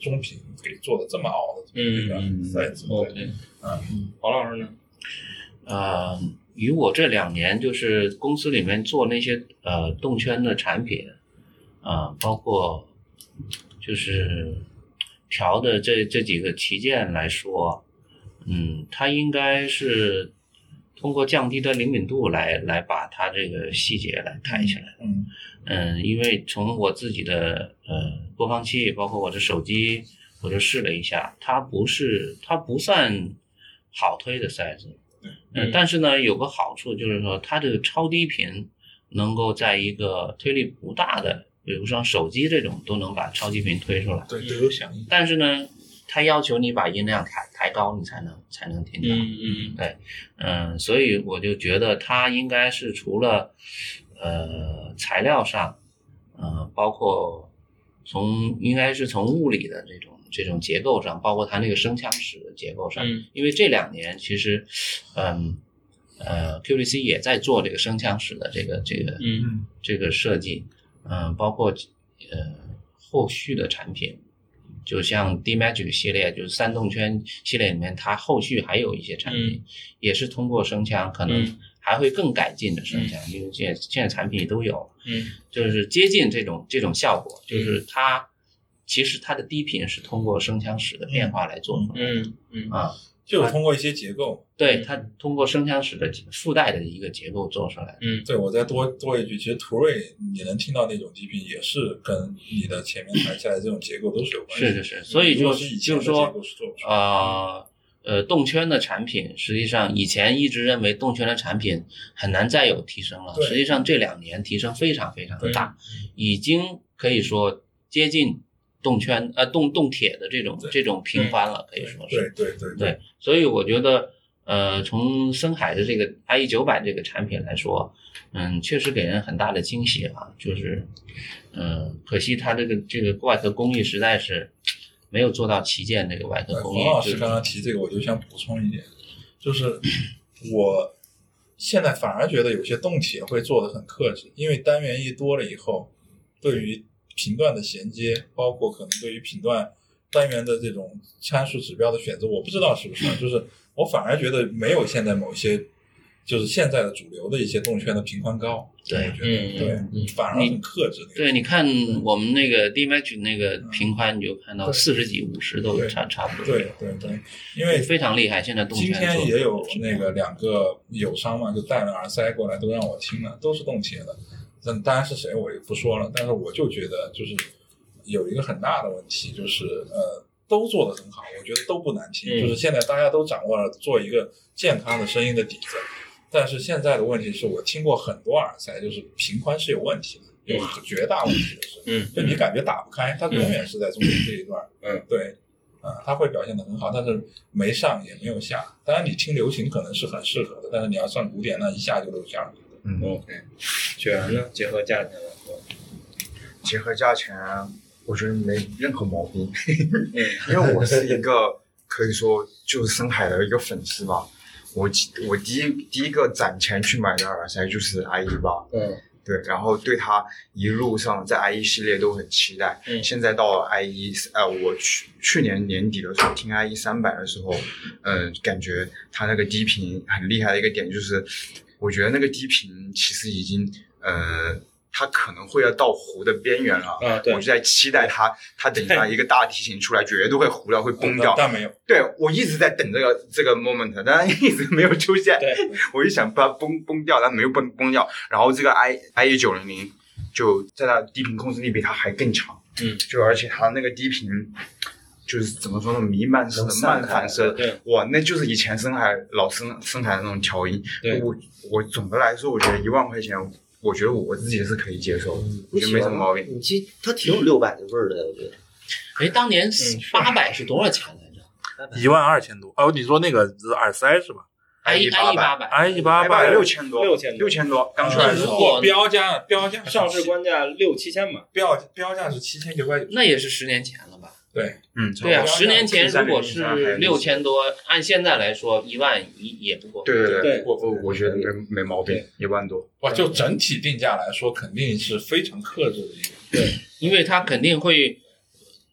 中频可以做的这么熬的这个赛制。 嗯，OK，嗯，黄老师呢？ 呃，与我这两年就是公司里面做那些呃动圈的产品，啊、呃，包括就是调的这这几个旗舰来说，嗯，它应该是通过降低的灵敏度来来把它这个细节来开起来。 嗯嗯，因为从我自己的呃播放器，包括我的手机，我就试了一下，它不是它不算好推的塞子。嗯，但是呢，有个好处就是说，它这个超低频能够在一个推力不大的，比如说手机这种，都能把超低频推出来。 对，都有响应。 但是呢，它要求你把音量抬抬高，你才能才能听到。 嗯嗯， 对，嗯，所以我就觉得它应该是除了呃材料上，呃，包括从应该是从物理的这种。这种结构上，包括它那个声腔室的结构上， 嗯， 因为这两年其实，嗯，呃 ，Q D C 也在做这个声腔室的这个这个， 嗯， 这个设计，嗯、呃，包括呃后续的产品，就像 D Magic 系列，就是三动圈系列里面，它后续还有一些产品，嗯、也是通过声腔，可能还会更改进的声腔，嗯、因为现在现在产品都有， 嗯， 就是接近这种这种效果，就是它。其实它的低频是通过声腔室的变化来做出来的， 嗯嗯啊， 就是通过一些结构， 对，它通过声腔室的附带的一个结构做出来的。 嗯，对，我再多多一句，其实途锐你能听到那种低频，也是跟你的前面抬起来这种结构都是有关系。 是是是，所以就就是就是说，呃呃，动圈的产品，实际上以前一直认为动圈的产品很难再有提升了，实际上这两年提升非常非常的大，已经可以说接近。动圈呃动动铁的这种这种频宽了，可以说是对对对 对, 对，所以我觉得呃从森海的这个 I E 九百这个产品来说，嗯，确实给人很大的惊喜啊，就是嗯、呃，可惜它这个这个外壳工艺实在是没有做到旗舰这个外壳工艺。 冯老师刚刚提这个，我就想补充一点，就是我现在反而觉得有些动铁会做得很克制，因为单元一多了以后，对于频段的衔接，包括可能对于频段单元的这种参数指标的选择，我不知道是不是，就是我反而觉得没有现在某些就是现在的主流的一些动圈的频宽高。 对， 我觉得、嗯、对、嗯，反而很克制。 对，你看我们那个 D Magic 那个频宽，你就看到四十几、五十都差差不多。 对对对，因为非常厉害。现在动圈今天也有那个两个友商嘛，就带了耳塞过来，都让我听了，都是动铁的。但当然是谁我也不说了，但是我就觉得就是有一个很大的问题，就是呃都做得很好，我觉得都不难听、嗯、就是现在大家都掌握了做一个健康的声音的底子，但是现在的问题是我听过很多耳塞，就是频宽是有问题的，有绝大问题的是， 嗯， 就你感觉打不开，它永远是在中间这一段， 嗯， 对，啊、呃，它会表现得很好，但是没上也没有下。当然你听流行可能是很适合的，但是你要上古典，那一下就露馅了。 嗯 ，OK， 雪原呢？结合价钱来说， 结合价钱，我觉得没任何毛病，因为我是一个可以说就是森海的一个粉丝吧。我我第一第一个攒钱去买的耳塞就是 I E 八， 嗯， 对，然后对它一路上在 I E 系列都很期待。 嗯， 现在到了 I E， 呃，我去去年年底的时候听 I E 三百的时候，嗯、呃，感觉它那个低频很厉害的一个点就是。我觉得那个低频其实已经，呃，它可能会要到糊的边缘了。 啊，对。 我就在期待它，它等一下一个大提琴出来，绝对会糊掉，会崩掉。 但没有。 对，我一直在等这个这个 moment， 但一直没有出现。 对。 我就想把它崩崩掉，但没有崩崩掉。然后这个 I I E 九零零就在它低频控制力比它还更强。 嗯。 就而且它那个低频。就是怎么说呢，弥漫式的慢反射，哇，那就是以前森海老森森海的那种调音。我我总的来说，我觉得一万块钱，我觉得我自己是可以接受的，我觉得没什么毛病。 你其实它挺有六百的味儿的，我觉得。 哎，当年八百是多少钱来着？一万二千多。哦，你说那个耳塞是吧 ？I E 八百 ，I E 八百六千多， 六千六千多，刚出来的时候。 如果标价标价上市官价六七千吧， 标标价是七千九百九， 那也是十年前了吧？ 对， 嗯， 对啊，十年前如果是六千多，按现在来说，一万一也不过。 对对对， 我我我觉得没没毛病，一万多。 哇，就整体定价来说，肯定是非常克制的一个。 对，因为它肯定会，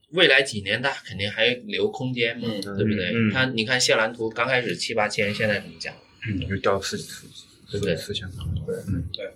未来几年它肯定还留空间嘛， 嗯、 对不对？ 嗯、 它你看谢兰图刚开始七八千，现在怎么讲？ 嗯，又掉四四对不对？ 四千多， 对， 嗯对。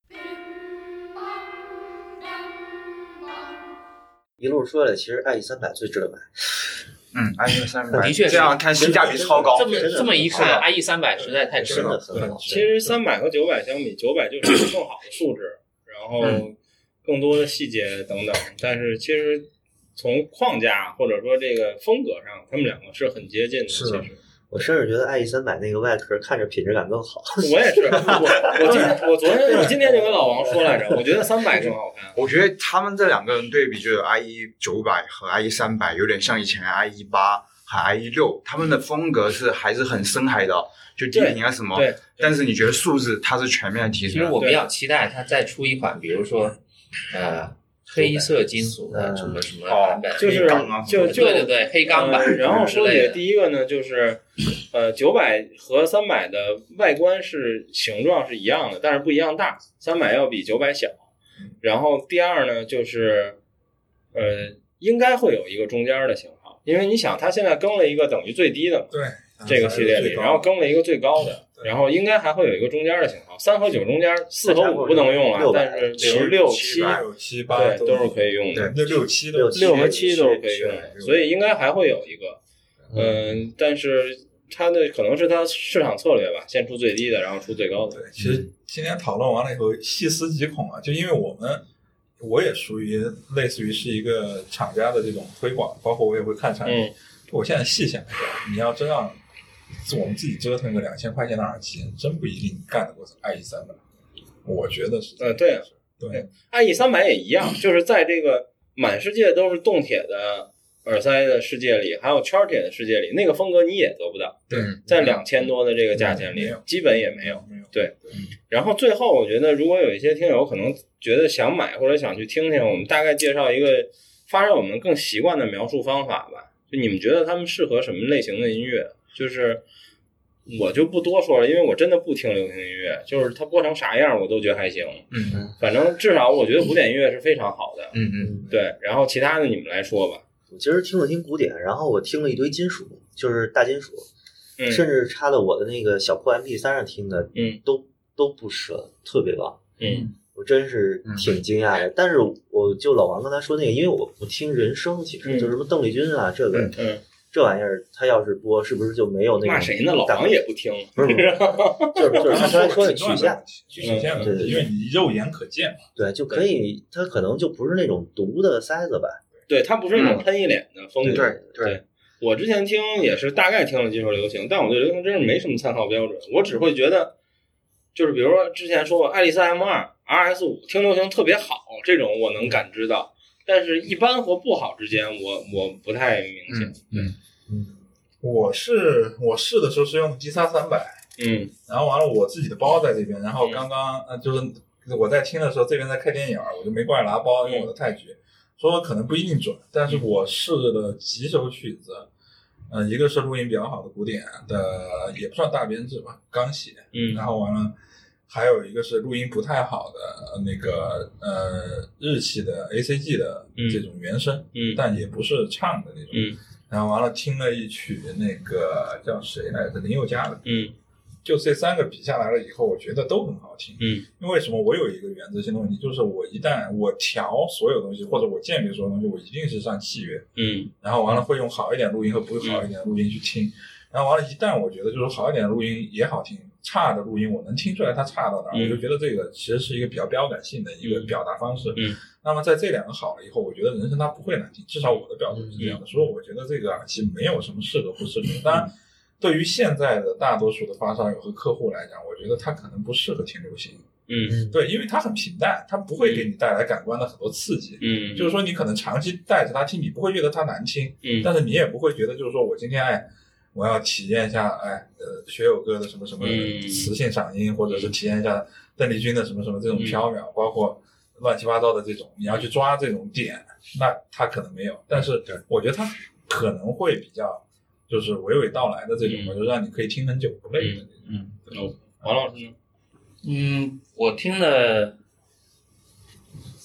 一路说来，其实 I E 三百最值得买。 嗯 ，I E 三百的确是这样看性价比超高。 这么这么一看 ，I E 三百实在太值了。 其实三百和九百相比，九百就是更好的素质，然后更多的细节等等。但是其实从框架或者说这个风格上，他们两个是很接近的。 是的。 我甚至觉得 I E 三百那个外壳看着品质感更好。 我也是，我我今我昨天我今天就跟老王说来着，我觉得三百更好看。 我觉得他们这两个人对比，就是 I E 九百和 I E 三百有点像以前 I E 八和 I E 六，他们的风格是还是很深海的，就低频啊什么。 对。 但是你觉得素质它是全面提升？ 其实我比较期待它再出一款，比如说呃。黑色金属的什么什么版本， 就是就就对对对黑钢版、 呃。然后说起第一个呢，就是呃九百和三百的外观是形状是一样的，但是不一样大，三百要比九百小。然后第二呢，就是呃应该会有一个中间的型号，因为你想它现在更了一个等于最低的嘛， 对这个系列里，然后更了一个最高的。然后应该还会有一个中间的型号，三和九中间，四和五不能用了，但是比如六七、 六七八对都是可以用的。 对，六七六六和七都是可以用的，所以应该还会有一个。嗯，但是它的可能是它市场策略吧，先出最低的，然后出最高的。 对，其实今天讨论完了以后，细思极恐啊，就因为我们我也属于类似于是一个厂家的这种推广，包括我也会看产品。 嗯、 我现在细想一下，你要真让我们自己折腾个两千块钱的耳机，真不一定干得过 I E 三百。我觉得是。 呃，对啊， 对 ，I E 三百也一样，就是在这个满世界都是动铁的耳塞的世界里，还有圈铁的世界里，那个风格你也得不到。 对， 在两千多的这个价钱里，基本也没有。 没有。 对。然后最后，我觉得如果有一些听友可能觉得想买或者想去听听，我们大概介绍一个发展我们更习惯的描述方法吧。就你们觉得他们适合什么类型的音乐？就是我就不多说了，因为我真的不听流行音乐，就是它播成啥样我都觉得还行。 嗯， 反正至少我觉得古典音乐是非常好的。 嗯嗯， 对。然后其他的你们来说吧。 我今儿听了听古典，然后我听了一堆金属，就是大金属， 嗯、 甚至插到我的那个小破 M P 三 上听的， 嗯， 都都不舍，特别棒。 嗯， 我真是挺惊讶的。嗯、但是我就老王刚才说那个，因为我不听人声，其实、嗯、就是什么邓丽君啊，这个， 嗯。嗯这玩意儿，他要是播，是不是就没有那个？ 骂谁呢？老王也不听， 不是，就是就是他刚才说的曲线， 曲线对，因为你肉眼可见嘛。 对，就可以，他可能就不是那种毒的塞子吧？ 对，他不是那种喷一脸的风格。 对对，我之前听也是大概听了几首流行，但我对流行真是没什么参考标准，我只会觉得，就是比如说之前说过爱丽丝 M 二、R S 五听流行特别好，这种我能感知到。但是一般和不好之间，我我不太明显。 嗯嗯， 我是我试的时候是用 G 三三百， 嗯， 然后完了我自己的包在这边，然后刚刚、嗯、呃就是我在听的时候，这边在开电影，我就没过来拿包，用我的太极，说可能不一定准，但是我试了几首曲子，呃，一个是录音比较好的古典的，也不算大编制吧，刚写， 嗯， 然后完了。还有一个是录音不太好的那个呃日系的 A C G 的这种原声， 嗯， 但也不是唱的那种， 嗯， 然后完了听了一曲那个叫谁来着林宥嘉的， 嗯， 就这三个比下来了以后，我觉得都很好听， 嗯， 因为为什么我有一个原则性的问题，就是我一旦我调所有东西或者我鉴别所有东西，我一定是上器乐， 嗯， 然后完了会用好一点录音和不好一点的录音去听，然后完了，一旦我觉得就是好一点的录音也好听。差的录音我能听出来它差到哪、嗯、我就觉得这个其实是一个比较标杆性的一个表达方式、 嗯、 那么在这两个好了以后，我觉得人声它不会难听，至少我的标准是这样的、嗯、所以我觉得这个耳机没有什么适合不适合、嗯、当然对于现在的大多数的发烧友和客户来讲，我觉得它可能不适合听流行， 嗯， 对，因为它很平淡，它不会给你带来感官的很多刺激， 嗯， 就是说你可能长期带着它听，你不会觉得它难听， 嗯， 但是你也不会觉得就是说我今天哎我要体验一下，哎，呃，学友哥的什么什么磁性嗓音、嗯，或者是体验一下邓丽君的什么什么这种飘渺、嗯，包括乱七八糟的这种，你要去抓这种点，那他可能没有，但是我觉得他可能会比较，就是娓娓道来的这种，嗯、就让你可以听很久不累的那种。 嗯，哦，王老师呢？ 嗯，我听了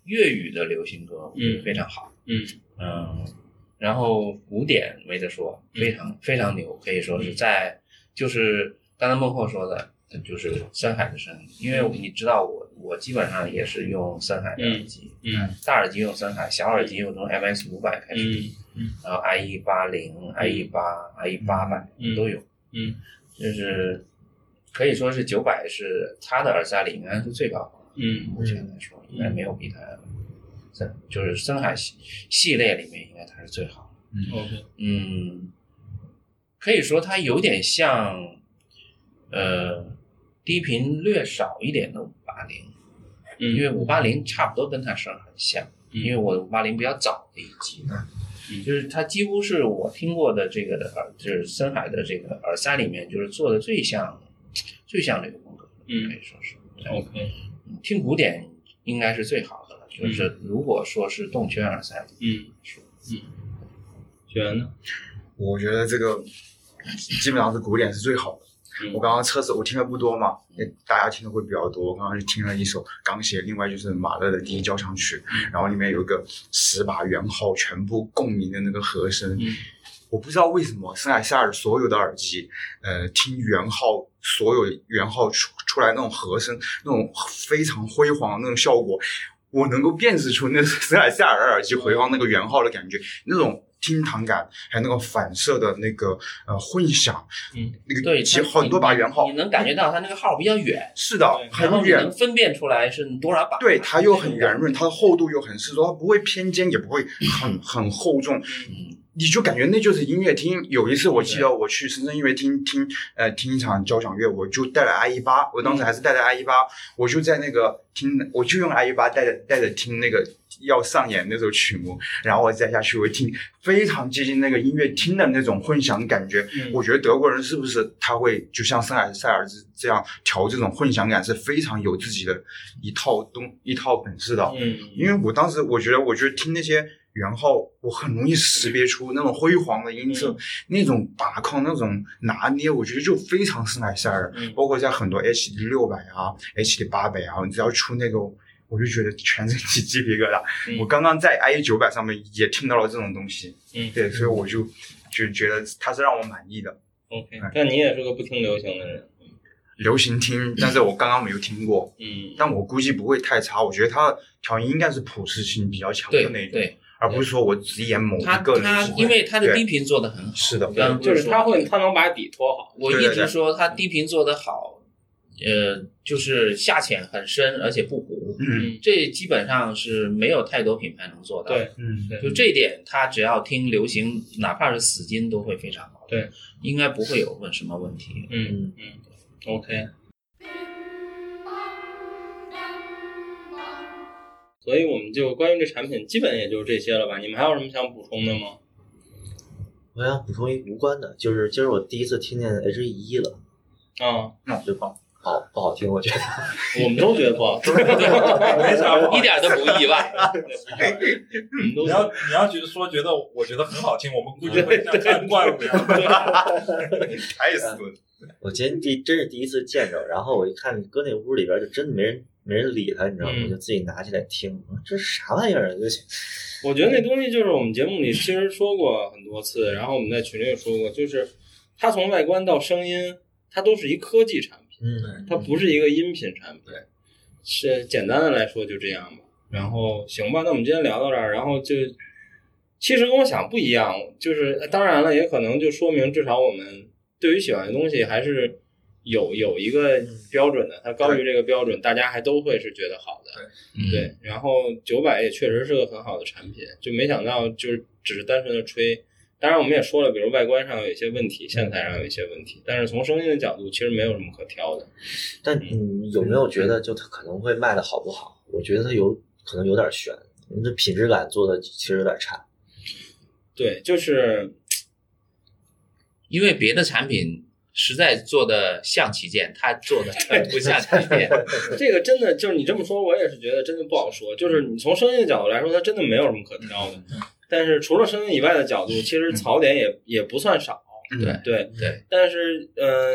粤语的流行歌嗯非常好， 嗯嗯，然后古典没得说，非常非常牛，可以说是在就是刚才孟获说的，就是森海的声音，因为你知道我我基本上也是用森海的耳机， 嗯， 大耳机用森海，小耳机用从 M S 五百开始， 嗯嗯， 然后 I E 八零、I E 八、I E 八百都有， 嗯， 就是可以说是九百是它的耳塞里应该是最高的， 嗯， 目前来说应该没有比它，森就是森海系系列里面应该它是最好的。 嗯 OK， 嗯，可以说它有点像，呃，低频略少一点的五八零， 嗯， 因为五八零差不多跟它声很像， 嗯、 因为我的五八零比较早的一机， 嗯， 就是它几乎是我听过的这个耳，就是森海的这个耳塞里面，就是做的最像，最像这个风格的， 嗯， 可以说是 OK， 听古典应该是最好的了，就是如果说是动圈耳塞， 嗯，是，嗯。学员呢？ 我觉得这个基本上是古典是最好的。 嗯、 我刚刚测试我听的不多嘛，大家听的会比较多。我刚刚是听了一首钢协，另外就是马勒的第一交响曲， 嗯、 然后里面有一个十把圆号全部共鸣的那个和声。 嗯、 我不知道为什么森海塞尔所有的耳机，呃，听圆号所有圆号出出来那种和声，那种非常辉煌的那种效果。我能够辨识出那森海塞尔耳机回放那个圆号的感觉，那种听堂感，还有那个反射的那个呃混响， 嗯， 那个对， 很多把圆号， 你能感觉到它那个号比较远， 是的，很远， 然后你能分辨出来是多少把， 对，它又很圆润，它的厚度又很适中，它不会偏尖，也不会很很厚重。 嗯， 你就感觉那就是音乐厅。有一次我记得我去深圳音乐厅听呃听一场交响乐，我就带了 I 一八，我当时还是带着 I 一八，我就在那个听，我就用 I 一八带着带着听那个要上演那首曲目，然后我再下去我听，非常接近那个音乐厅的那种混响感觉。 嗯、 我觉得德国人是不是他会就像森海塞尔这样调这种混响感是非常有自己的一套东一套本事的。 嗯， 因为我当时我觉得我觉得听那些圆号，我很容易识别出那种辉煌的音色，嗯、那种把控，那种拿捏，我觉得就非常森海塞尔。 嗯、 包括在很多 H D 六百啊 ，H D 八百啊，你只要出那个，我就觉得全身起鸡皮疙瘩。嗯、我刚刚在 I E 九百上面也听到了这种东西， 嗯， 对，所以我就就觉得它是让我满意的。 OK，但、嗯、你也是个不听流行的人。 流行听，但是我刚刚没有听过， 嗯， 但我估计不会太差。我觉得它的调音应该是普适性比较强的那种。 对对。 而不是说我只演某一个他他因为他的低频做得很好， 是的， 就是他会他能把底拖好。 我一直说他低频做得好，呃，就是下潜很深，而且不糊， 嗯， 这基本上是没有太多品牌能做到。 对， 嗯， 就这一点，他只要听流行，哪怕是死金都会非常好。 对， 应该不会有问什么问题。 嗯嗯 ，OK。所以我们就关于这产品基本也就这些了吧？你们还有什么想补充的吗？ 我想补充一无关的，就是今儿我第一次听见 H E 一了。 啊， 那就棒。 好不好听？我觉得我们都觉得不好听， 没啥， 一点都不意外。 你要你要觉得说觉得我觉得很好听，我们估计会像看惯了一样。 太损。 我今天第真是第一次见着，然后我一看搁那屋里边就真的没人没人理他，你知道吗？ 嗯、 我就自己拿起来听，这是啥玩意儿？就我觉得那东西就是我们节目里其实说过很多次，然后我们在群里也说过，就是它从外观到声音，它都是一科技产品。 嗯， 它不是一个音频产品， 对， 是简单的来说就这样吧。然后行吧，那我们今天聊到这儿，然后就其实跟我想不一样，就是当然了，也可能就说明至少我们对于喜欢的东西还是有有一个标准的，它高于这个标准，大家还都会是觉得好的。 对， 对。然后九百也确实是个很好的产品，就没想到就是只是单纯的吹。当然我们也说了，比如外观上有一些问题，线材上有一些问题，但是从声音的角度其实没有什么可挑的。 但你有没有觉得就它可能会卖的好不好？我觉得它有可能有点悬，因为这品质感做的其实有点差。 对，就是因为别的产品实在做的像旗舰，它做的不像旗舰。 这个真的就是你这么说，我也是觉得真的不好说。就是你从声音的角度来说，它真的没有什么可挑的。但是除了声音以外的角度，其实槽点也、嗯、也不算少。 对对对。 但是嗯、呃，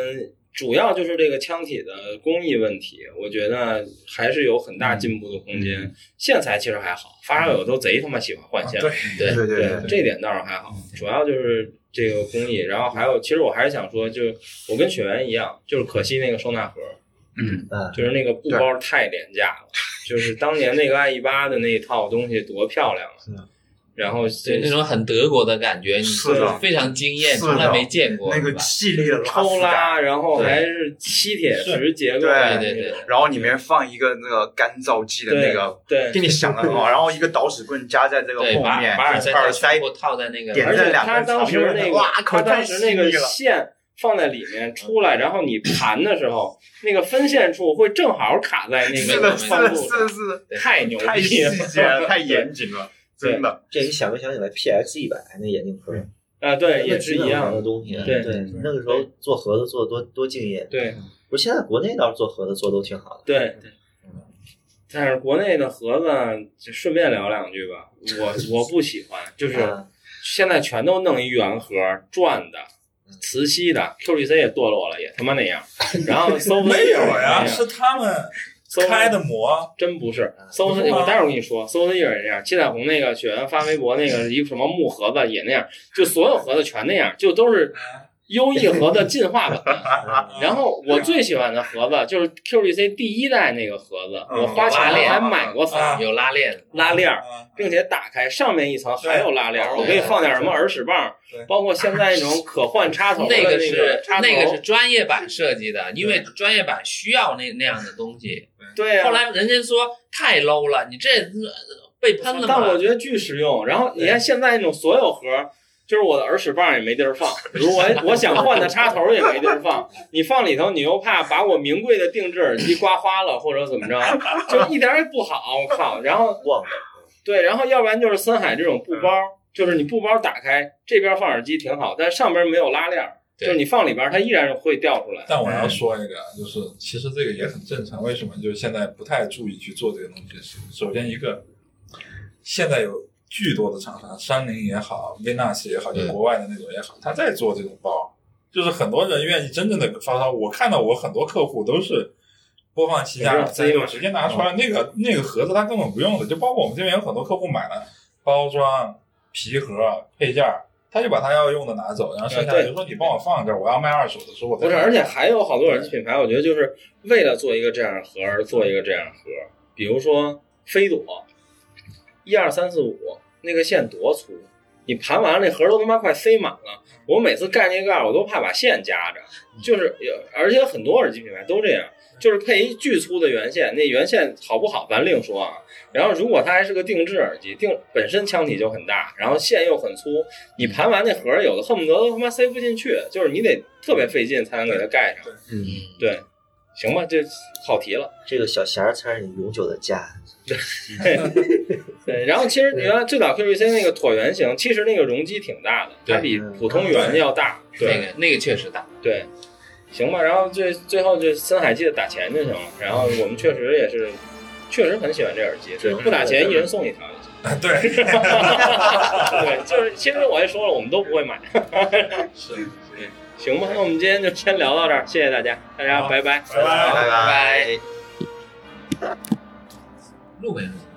主要就是这个腔体的工艺问题，我觉得还是有很大进步的空间。嗯、线材其实还好，发烧友都贼他妈喜欢换线， 啊、对对对对， 这点倒是还好。主要就是这个工艺，然后还有，其实我还是想说，就我跟雪原一样，就是可惜那个收纳盒， 嗯， 就是那个布包太廉价了，就是当年那个 I E 八的那一套东西多漂亮啊！然后对那种很德国的感觉，你非常惊艳，从来没见过那个细腻的抽拉，然后还是吸铁石结构， 对对对， 然后里面放一个那个干燥剂的那个， 对， 给你想的很好，然后一个导屎棍夹在这个后面， 把耳塞耳塞套在那个， 点在两根长柄的，哇， 他当时那个线放在里面出来，然后你盘的时候，那个分线处会正好卡在那个宽度上， 是是是， 太牛逼了， 太细节了，太严谨了。真的， 这你想没想起来 P X 一百那眼镜盒啊？对，也是一样的东西。 对对，那个时候做盒子做的多多敬业。 对， 不是现在国内倒是做盒子做的都挺好的。 对对。但是国内的盒子，就顺便聊两句吧。我我不喜欢，就是现在全都弄一圆盒转的。磁吸的 Q G C 也堕落了，也他妈那样。然后搜没有呀，是他们开的膜， 真不是。搜我待会儿跟你说，搜也是那样。七彩虹那个雪原发微博那个一个什么木盒子也那样，就所有盒子全那样，就都是优异盒的进化版。然后我最喜欢的盒子就是 Q G C 第一代那个盒子，我花钱还买过仨， 有拉链、 拉链，并且打开上面一层还有拉链，我可以放点什么耳屎棒。包括现在那种可换插头的那个是插头， 那个是专业版设计的，因为专业版需要那那样的东西。 对啊。 后来人家说太 low 了，你这被喷了嘛。 但我觉得巨实用。然后你看现在那种所有盒，就是我的耳屎棒也没地儿放，比如我我想换的插头也没地儿放，你放里头你又怕把我名贵的定制耳机刮花了或者怎么着，就一点也不好。我靠！然后忘了。 对，然后要不然就是森海这种布包。就是你布包打开，这边放耳机挺好，但是上边没有拉链，就是你放里边它依然会掉出来。 但我要说一个，就是其实这个也很正常。为什么？就是现在不太注意去做这个东西。首先一个，现在有巨多的厂商，山林也好 ，Venus 也好，就国外的那种也好，他在做这种包，就是很多人愿意真正的发烧。我看到我很多客户都是播放器架就直接拿出来，那个那个盒子他根本不用的。就包括我们这边有很多客户买了包装。皮盒配件，他就把他要用的拿走，然后剩下就说你帮我放这儿，我要卖二手的时候我再。 不是，而且还有好多耳机品牌，我觉得就是为了做一个这样的盒而做一个这样的盒，比如说飞朵，一二三四五那个线多粗，你盘完了那盒都他妈快塞满了，我每次盖那盖我都怕把线夹着，就是而且很多耳机品牌都这样。就是配一巨粗的原线，那原线好不好咱另说啊。然后如果它还是个定制耳机，定本身腔体就很大，然后线又很粗，你盘完那盒有的恨不得都他妈塞不进去，就是你得特别费劲才能给它盖上。 嗯， 对，行吧，这跑题了。 这个小匣才是你永久的家。 对，对。然后其实原来最早 Q G C 那个椭圆形，其实那个容积挺大的，它比普通圆要大。对， 那个那个确实大。 对。行吧，然后最最后就森海记得打钱就行了。然后我们确实也是，确实很喜欢这耳机，对，不打钱一人送一条就行。 对， 对，就是其实我也说了，我们都不会买。 是， 对，行吧，那我们今天就先聊到这儿，谢谢大家，大家拜拜， 拜拜， 拜拜。录没录？